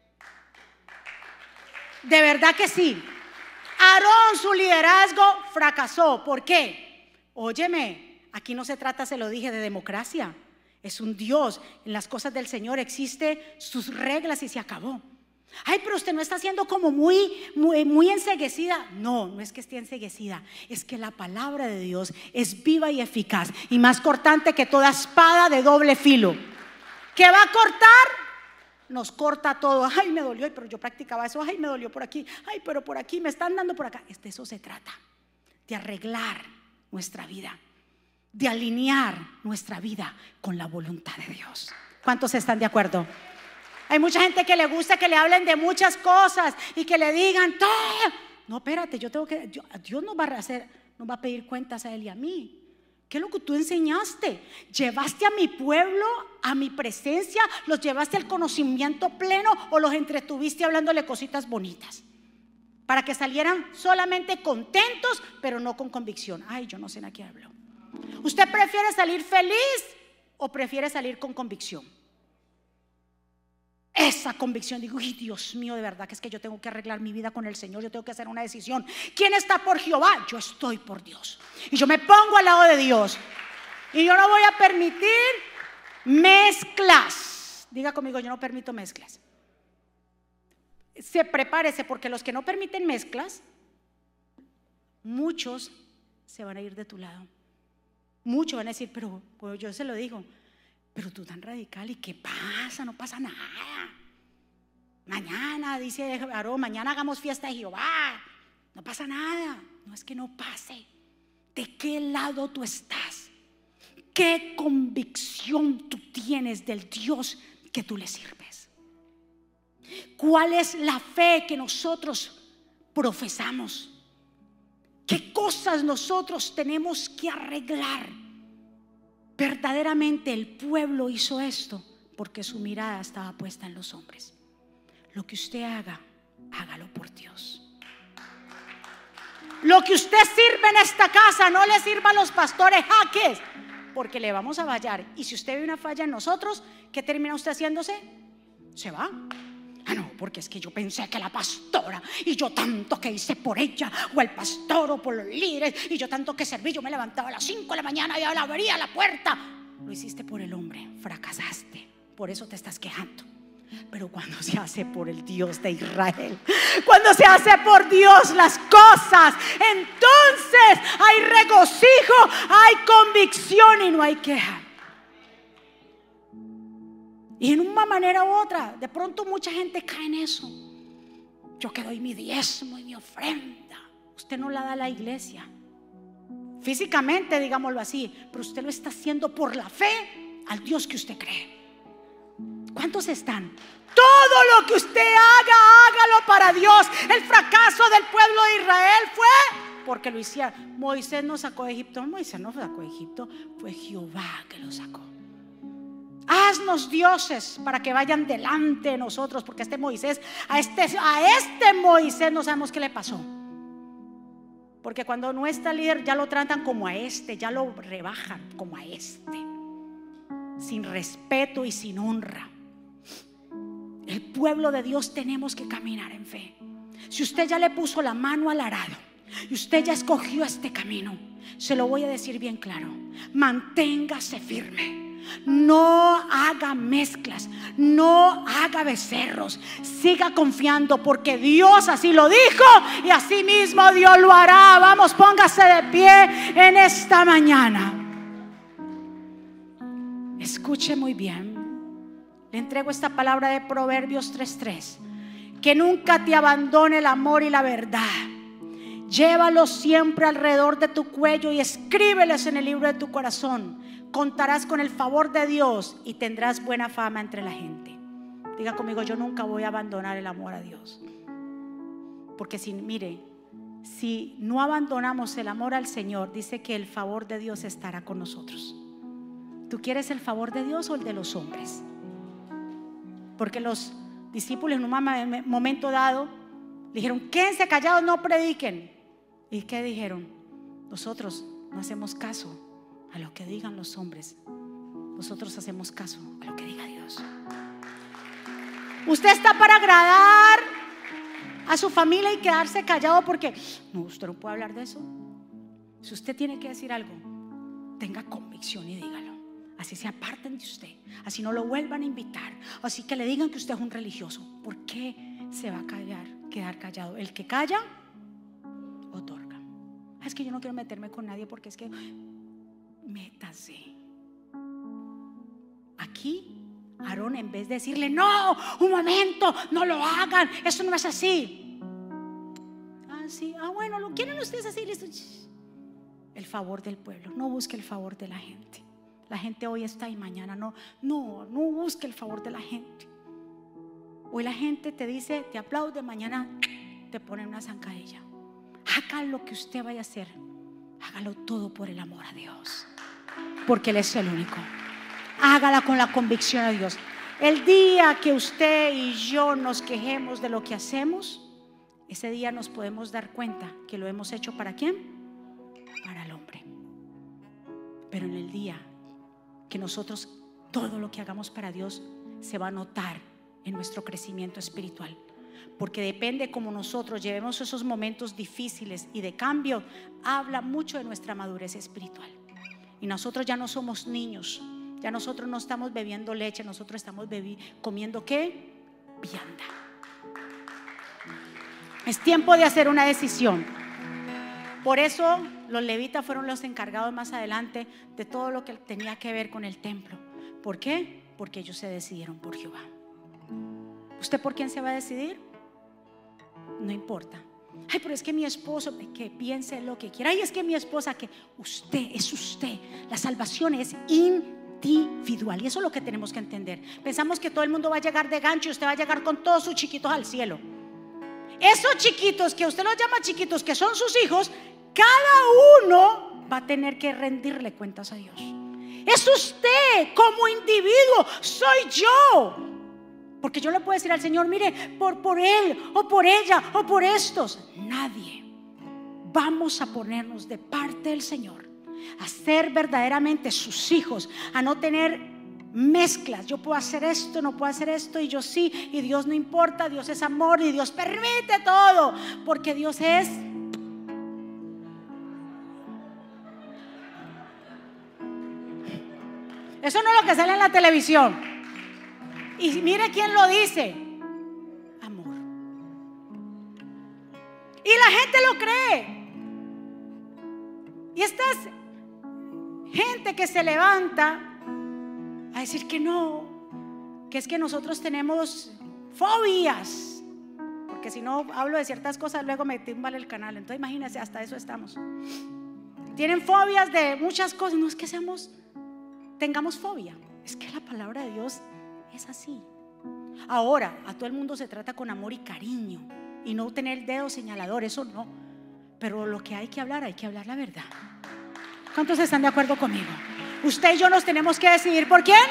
De verdad que sí. Aarón, su liderazgo fracasó. ¿Por qué? Óyeme, aquí no se trata, se lo dije, de democracia. Es un Dios. En las cosas del Señor existen sus reglas y se acabó. Ay, pero usted no está siendo como muy, muy, muy enceguecida. No, no es que esté enceguecida, es que la palabra de Dios es viva y eficaz y más cortante que toda espada de doble filo. ¿Qué va a cortar? Nos corta todo. Ay, me dolió, ay, pero yo practicaba eso. Ay, me dolió por aquí. Ay, pero por aquí, me están dando por acá. De eso se trata, de arreglar nuestra vida, de alinear nuestra vida con la voluntad de Dios. ¿Cuántos están de acuerdo? Hay mucha gente que le gusta que le hablen de muchas cosas y que le digan todo. No, espérate, yo tengo que, yo, Dios nos va a hacer, nos va a pedir cuentas a Él y a mí. ¿Qué es lo que tú enseñaste? ¿Llevaste a mi pueblo a mi presencia? ¿Los llevaste al conocimiento pleno o los entretuviste hablándole cositas bonitas? Para que salieran solamente contentos, pero no con convicción. Ay, yo no sé a qué hablo. ¿Usted prefiere salir feliz o prefiere salir con convicción? Esa convicción, digo, ay, Dios mío, de verdad que es que yo tengo que arreglar mi vida con el Señor. Yo tengo que hacer una decisión. ¿Quién está por Jehová? Yo estoy por Dios y yo me pongo al lado de Dios. Y yo no voy a permitir mezclas. Diga conmigo, yo no permito mezclas. Se prepárese, porque los que no permiten mezclas, muchos se van a ir de tu lado. Muchos van a decir: pero pues yo se lo digo, pero tú tan radical, ¿y qué pasa? No pasa nada. Mañana, dice Aarón, mañana hagamos fiesta de Jehová. No pasa nada. No es que no pase. ¿De qué lado tú estás? ¿Qué convicción tú tienes del Dios que tú le sirves? ¿Cuál es la fe que nosotros profesamos? ¿Qué cosas nosotros tenemos que arreglar? Verdaderamente el pueblo hizo esto porque su mirada estaba puesta en los hombres. Lo que usted haga, hágalo por Dios. Lo que usted sirve en esta casa, no le sirva a los pastores jaques, porque le vamos a fallar. Y si usted ve una falla en nosotros, ¿qué termina usted haciéndose? Se va. Ah, no, porque es que yo pensé que la pastora, y yo tanto que hice por ella, o el pastor, o por los líderes, y yo tanto que serví. Yo me levantaba a las cinco de la mañana y abría la puerta. Lo hiciste por el hombre, fracasaste, por eso te estás quejando. Pero cuando se hace por el Dios de Israel, cuando se hace por Dios las cosas, entonces hay regocijo, hay convicción y no hay queja. Y en una manera u otra, de pronto mucha gente cae en eso. Yo que doy mi diezmo y mi ofrenda. Usted no la da a la iglesia físicamente, digámoslo así, pero usted lo está haciendo por la fe al Dios que usted cree. ¿Cuántos están? Todo lo que usted haga, hágalo para Dios. El fracaso del pueblo de Israel fue porque lo hicieron. Moisés no sacó de Egipto. Moisés no sacó de Egipto, fue Jehová que lo sacó. Haznos dioses para que vayan delante de nosotros, porque este Moisés, a este, a este Moisés no sabemos qué le pasó. Porque cuando no está líder ya lo tratan como a este, ya lo rebajan como a este, sin respeto y sin honra. El pueblo de Dios tenemos que caminar en fe. Si usted ya le puso la mano al arado y usted ya escogió este camino, se lo voy a decir bien claro: manténgase firme. No haga mezclas, no haga becerros. Siga confiando, porque Dios así lo dijo y así mismo Dios lo hará. Vamos, póngase de pie en esta mañana. Escuche muy bien. Le entrego esta palabra de Proverbios tres tres. Que nunca te abandone el amor y la verdad. Llévalos siempre alrededor de tu cuello y escríbeles en el libro de tu corazón. Contarás con el favor de Dios y tendrás buena fama entre la gente. Diga conmigo: yo nunca voy a abandonar el amor a Dios. Porque si, mire, si no abandonamos el amor al Señor, dice que el favor de Dios estará con nosotros. ¿Tú quieres el favor de Dios o el de los hombres? Porque los discípulos en un momento dado dijeron: quédense callados, no prediquen. ¿Y qué dijeron? Nosotros no hacemos caso a lo que digan los hombres, nosotros hacemos caso a lo que diga Dios. Usted está para agradar a su familia y quedarse callado porque no, usted no puede hablar de eso. Si usted tiene que decir algo, tenga convicción y dígalo. Así se aparten de usted, así no lo vuelvan a invitar, así que le digan que usted es un religioso. ¿Por qué se va a callar, quedar callado? El que calla, otorga. Es que yo no quiero meterme con nadie porque es que métase. Aquí Aarón, en vez de decirle: no, un momento, no lo hagan, eso no es así. Ah, sí, ah, bueno, ¿lo quieren ustedes así? Listo. El favor del pueblo, no busque el favor de la gente. La gente hoy está y mañana no. No, no busque el favor de la gente. Hoy la gente te dice, te aplaude, mañana te ponen una zancadilla. Haga lo que usted vaya a hacer, hágalo todo por el amor a Dios, porque Él es el único. Hágala con la convicción a Dios. El día que usted y yo nos quejemos de lo que hacemos, ese día nos podemos dar cuenta que lo hemos hecho ¿para quién? Para el hombre. Pero en el día que nosotros todo lo que hagamos para Dios, se va a notar en nuestro crecimiento espiritual. Porque depende cómo nosotros llevemos esos momentos difíciles y de cambio, habla mucho de nuestra madurez espiritual. Y nosotros ya no somos niños, ya nosotros no estamos bebiendo leche, nosotros estamos bebi- comiendo ¿qué? Vianda. Es tiempo de hacer una decisión. Por eso los levitas fueron los encargados más adelante de todo lo que tenía que ver con el templo. ¿Por qué? Porque ellos se decidieron por Jehová. ¿Usted por quién se va a decidir? No importa. Ay, pero es que mi esposo, que piense lo que quiera. Ay, es que mi esposa, que usted es usted. La salvación es individual y eso es lo que tenemos que entender. Pensamos que todo el mundo va a llegar de gancho y usted va a llegar con todos sus chiquitos al cielo. Esos chiquitos que usted los llama chiquitos, que son sus hijos, cada uno va a tener que rendirle cuentas a Dios. Es usted como individuo, soy yo. Porque yo le puedo decir al Señor: mire, por, por él o por ella o por estos. Nadie. Vamos a ponernos de parte del Señor, a ser verdaderamente sus hijos, a no tener mezclas. Yo puedo hacer esto, no puedo hacer esto, y yo sí, y Dios no importa. Dios es amor y Dios permite todo, porque Dios es eso. No es lo que sale en la televisión. Y mire quién lo dice: amor. Y la gente lo cree. Y esta es gente que se levanta a decir que no, que es que nosotros tenemos fobias, porque si no hablo de ciertas cosas luego me tumban el canal. Entonces imagínense, hasta eso estamos. Tienen fobias de muchas cosas. No es que seamos, tengamos fobia, es que la palabra de Dios es así. Ahora, a todo el mundo se trata con amor y cariño y no tener el dedo señalador, eso no. Pero lo que hay que hablar, hay que hablar la verdad. ¿Cuántos están de acuerdo conmigo? Usted y yo nos tenemos que decidir por quién.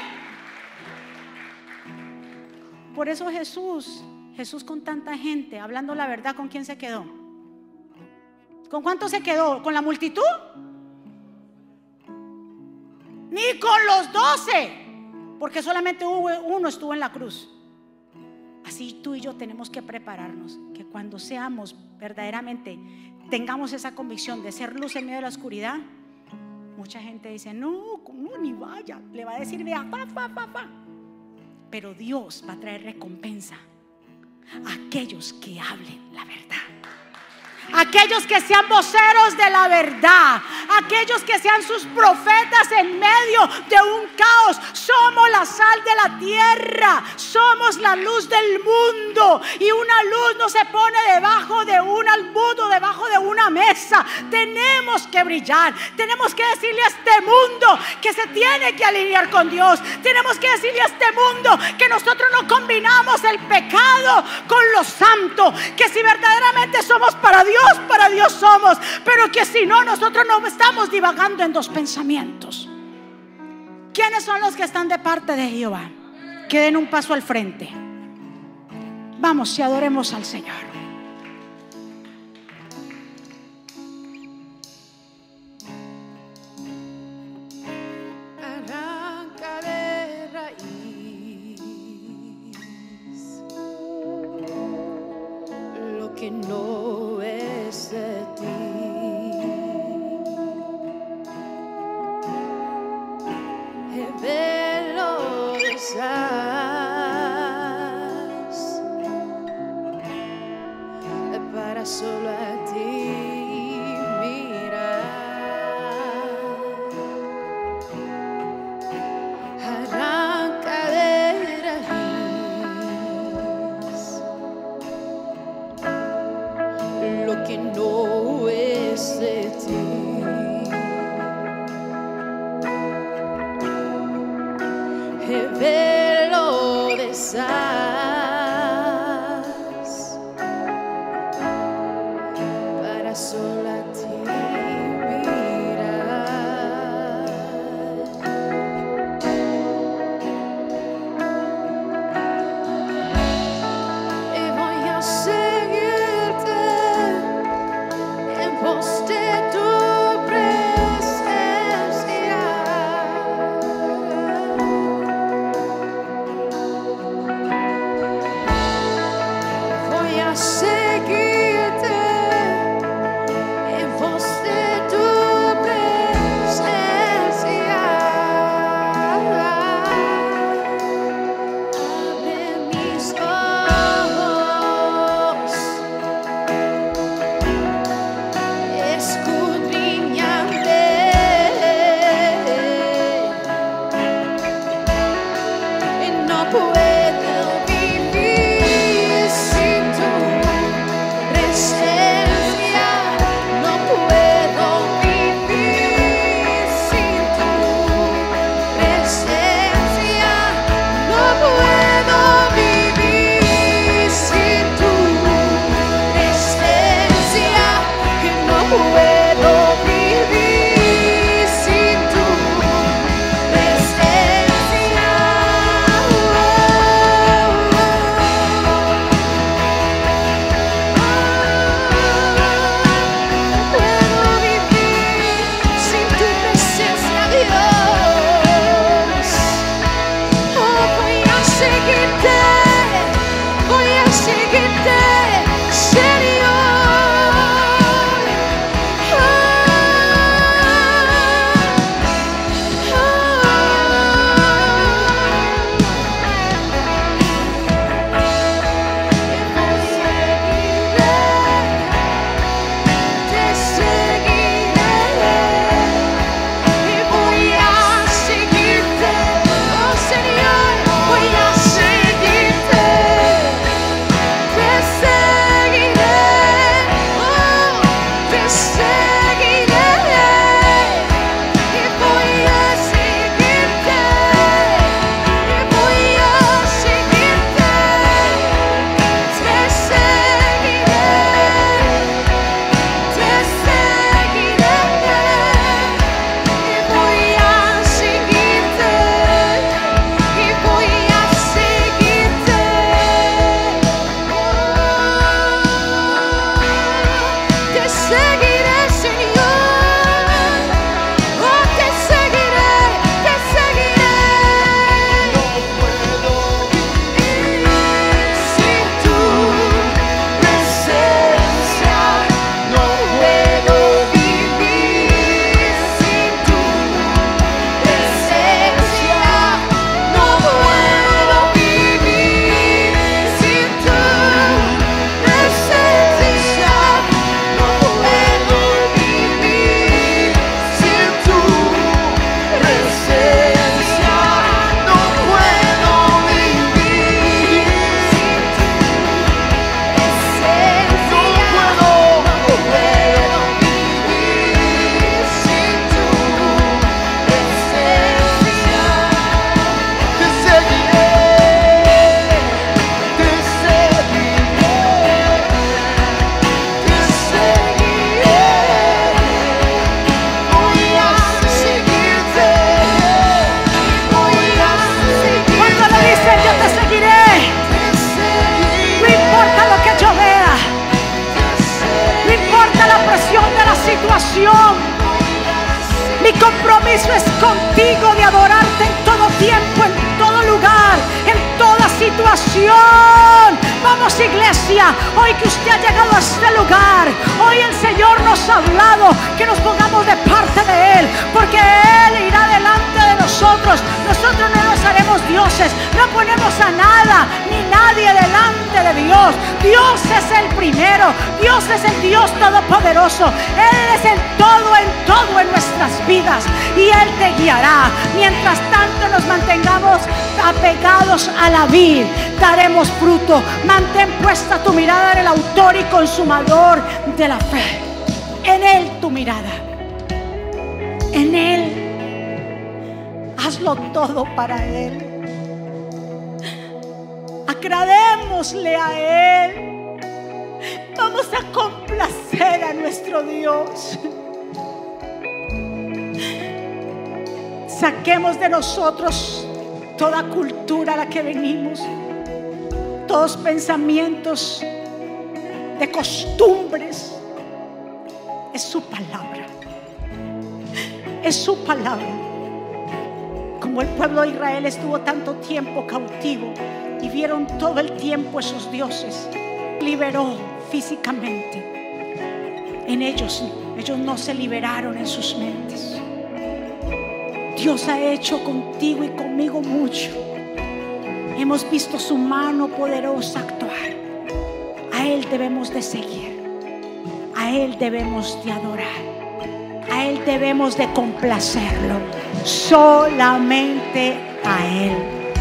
Por eso Jesús, Jesús con tanta gente, hablando la verdad, ¿con quién se quedó? ¿Con cuántos se quedó? ¿Con la multitud? Ni con los doce, porque solamente uno estuvo en la cruz. Así tú y yo tenemos que prepararnos, que cuando seamos verdaderamente, tengamos esa convicción de ser luz en medio de la oscuridad. Mucha gente dice: no, ¿cómo? Ni vaya. Le va a decir: vea, pa, pa, pa, pa. Pero Dios va a traer recompensa a aquellos que hablen la verdad, aquellos que sean voceros de la verdad, aquellos que sean sus profetas en medio de un caos. Somos la sal de la tierra, somos la luz del mundo, y una luz no se pone debajo de un almudo, debajo de una mesa. Tenemos que brillar. Tenemos que decirle a este mundo que se tiene que alinear con Dios. Tenemos que decirle a este mundo que nosotros no combinamos el pecado con lo santo, que si verdaderamente somos para Dios, para Dios somos, pero que si no, nosotros no estamos divagando en dos pensamientos. ¿Quiénes son los que están de parte de Jehová? Que den un paso al frente. Vamos y adoremos al Señor. Arranca de raíz lo que no es de ti. Para solo a ti mirar. Arranca de raíz salvación. Vamos, iglesia, hoy que usted ha llegado a este lugar, hoy el Señor nos ha hablado que nos pongamos de parte de Él, porque Él irá delante de nosotros. Nosotros no nos haremos dioses, no ponemos a nada ni nadie delante de Dios. Dios es el primero, Dios es el Dios todopoderoso. Él es el todo en todo en nuestras vidas y Él te guiará. Mientras tanto nos mantengamos apegados a la vid, daremos fruto. Mantén puesta tu mirada en el autor y consumador de la fe. En Él tu mirada, en Él. Hazlo todo para Él. Agradémosle a Él. Vamos a complacer a nuestro Dios. Saquemos de nosotros toda cultura a la que venimos, todos pensamientos de costumbres. Es su palabra, es su palabra. Como el pueblo de Israel estuvo tanto tiempo cautivo y vieron todo el tiempo esos dioses, liberó físicamente. En ellos, ellos no se liberaron en sus mentes. Dios ha hecho contigo y conmigo mucho. Hemos visto su mano poderosa actuar. A Él debemos de seguir. A Él debemos de adorar. A Él debemos de complacerlo. Solamente a Él.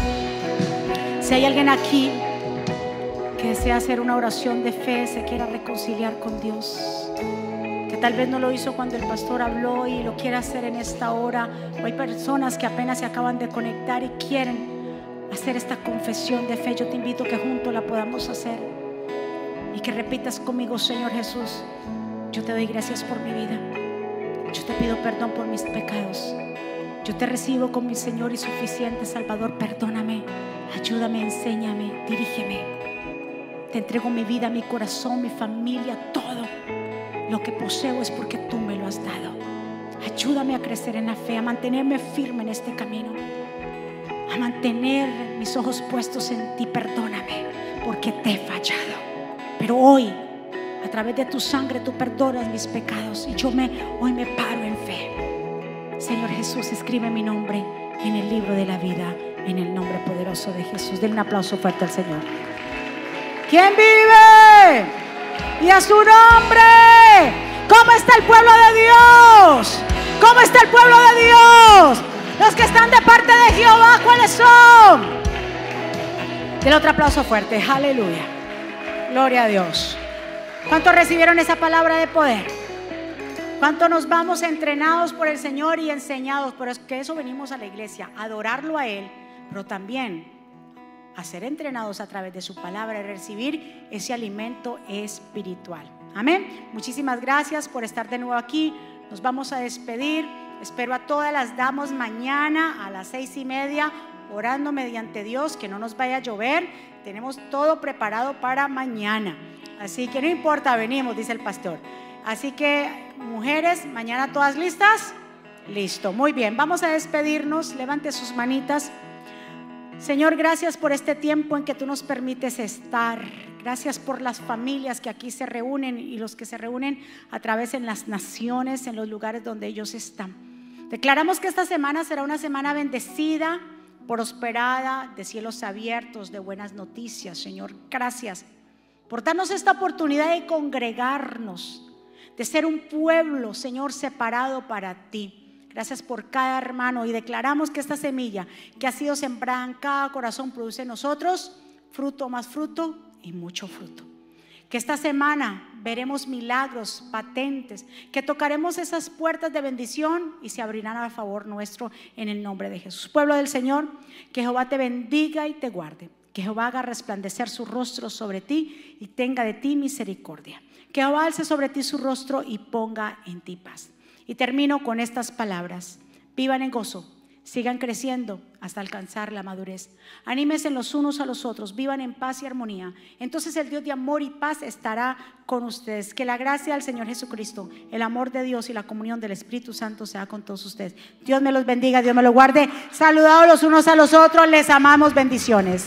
Si hay alguien aquí que desea hacer una oración de fe, se quiera reconciliar con Dios, que tal vez no lo hizo cuando el pastor habló y lo quiere hacer en esta hora, o hay personas que apenas se acaban de conectar y quieren hacer esta confesión de fe, yo te invito a que juntos la podamos hacer y que repitas conmigo: Señor Jesús, yo te doy gracias por mi vida, yo te pido perdón por mis pecados, yo te recibo como mi Señor y suficiente Salvador. Perdóname, ayúdame, enséñame, dirígeme. Te entrego mi vida, mi corazón, mi familia, todo lo que poseo es porque tú me lo has dado. Ayúdame a crecer en la fe, a mantenerme firme en este camino, a mantener mis ojos puestos en ti. Perdóname porque te he fallado, pero hoy a través de tu sangre tú perdonas mis pecados y yo me, hoy me paro en fe. Señor Jesús, escribe mi nombre en el libro de la vida, en el nombre poderoso de Jesús. Denle un aplauso fuerte al Señor. ¿Quién vive? Y a su nombre. ¿Cómo está el pueblo de Dios? ¿Cómo está el pueblo de Dios? Los que están de parte de Jehová, ¿cuáles son? Denle otro aplauso fuerte. Aleluya. Gloria a Dios. ¿Cuántos recibieron esa palabra de poder? ¿Cuántos nos vamos entrenados por el Señor y enseñados? Pero es que eso venimos a la iglesia, a adorarlo a Él, pero también a ser entrenados a través de su palabra y recibir ese alimento espiritual. Amén. Muchísimas gracias por estar de nuevo aquí. Nos vamos a despedir. Espero a todas las damas mañana a las seis y media, orando mediante Dios, que no nos vaya a llover. Tenemos todo preparado para mañana, así que no importa, venimos, dice el pastor. Así que, mujeres, mañana todas listas. Listo, muy bien, vamos a despedirnos. Levante sus manitas. Señor, gracias por este tiempo en que tú nos permites estar. Gracias por las familias que aquí se reúnen y los que se reúnen a través en las naciones, en los lugares donde ellos están. Declaramos que esta semana será una semana bendecida, prosperada, de cielos abiertos, de buenas noticias. Señor, gracias por darnos esta oportunidad de congregarnos, de ser un pueblo, Señor, separado para ti. Gracias por cada hermano y declaramos que esta semilla que ha sido sembrada en cada corazón produce en nosotros fruto, más fruto y mucho fruto. Que esta semana veremos milagros patentes, que tocaremos esas puertas de bendición y se abrirán a favor nuestro en el nombre de Jesús. Pueblo del Señor, que Jehová te bendiga y te guarde, que Jehová haga resplandecer su rostro sobre ti y tenga de ti misericordia, que Jehová alce sobre ti su rostro y ponga en ti paz. Y termino con estas palabras: vivan en gozo, sigan creciendo hasta alcanzar la madurez. Anímense los unos a los otros, vivan en paz y armonía. Entonces el Dios de amor y paz estará con ustedes. Que la gracia del Señor Jesucristo, el amor de Dios y la comunión del Espíritu Santo sea con todos ustedes. Dios me los bendiga, Dios me los guarde. Saludados los unos a los otros, les amamos, bendiciones.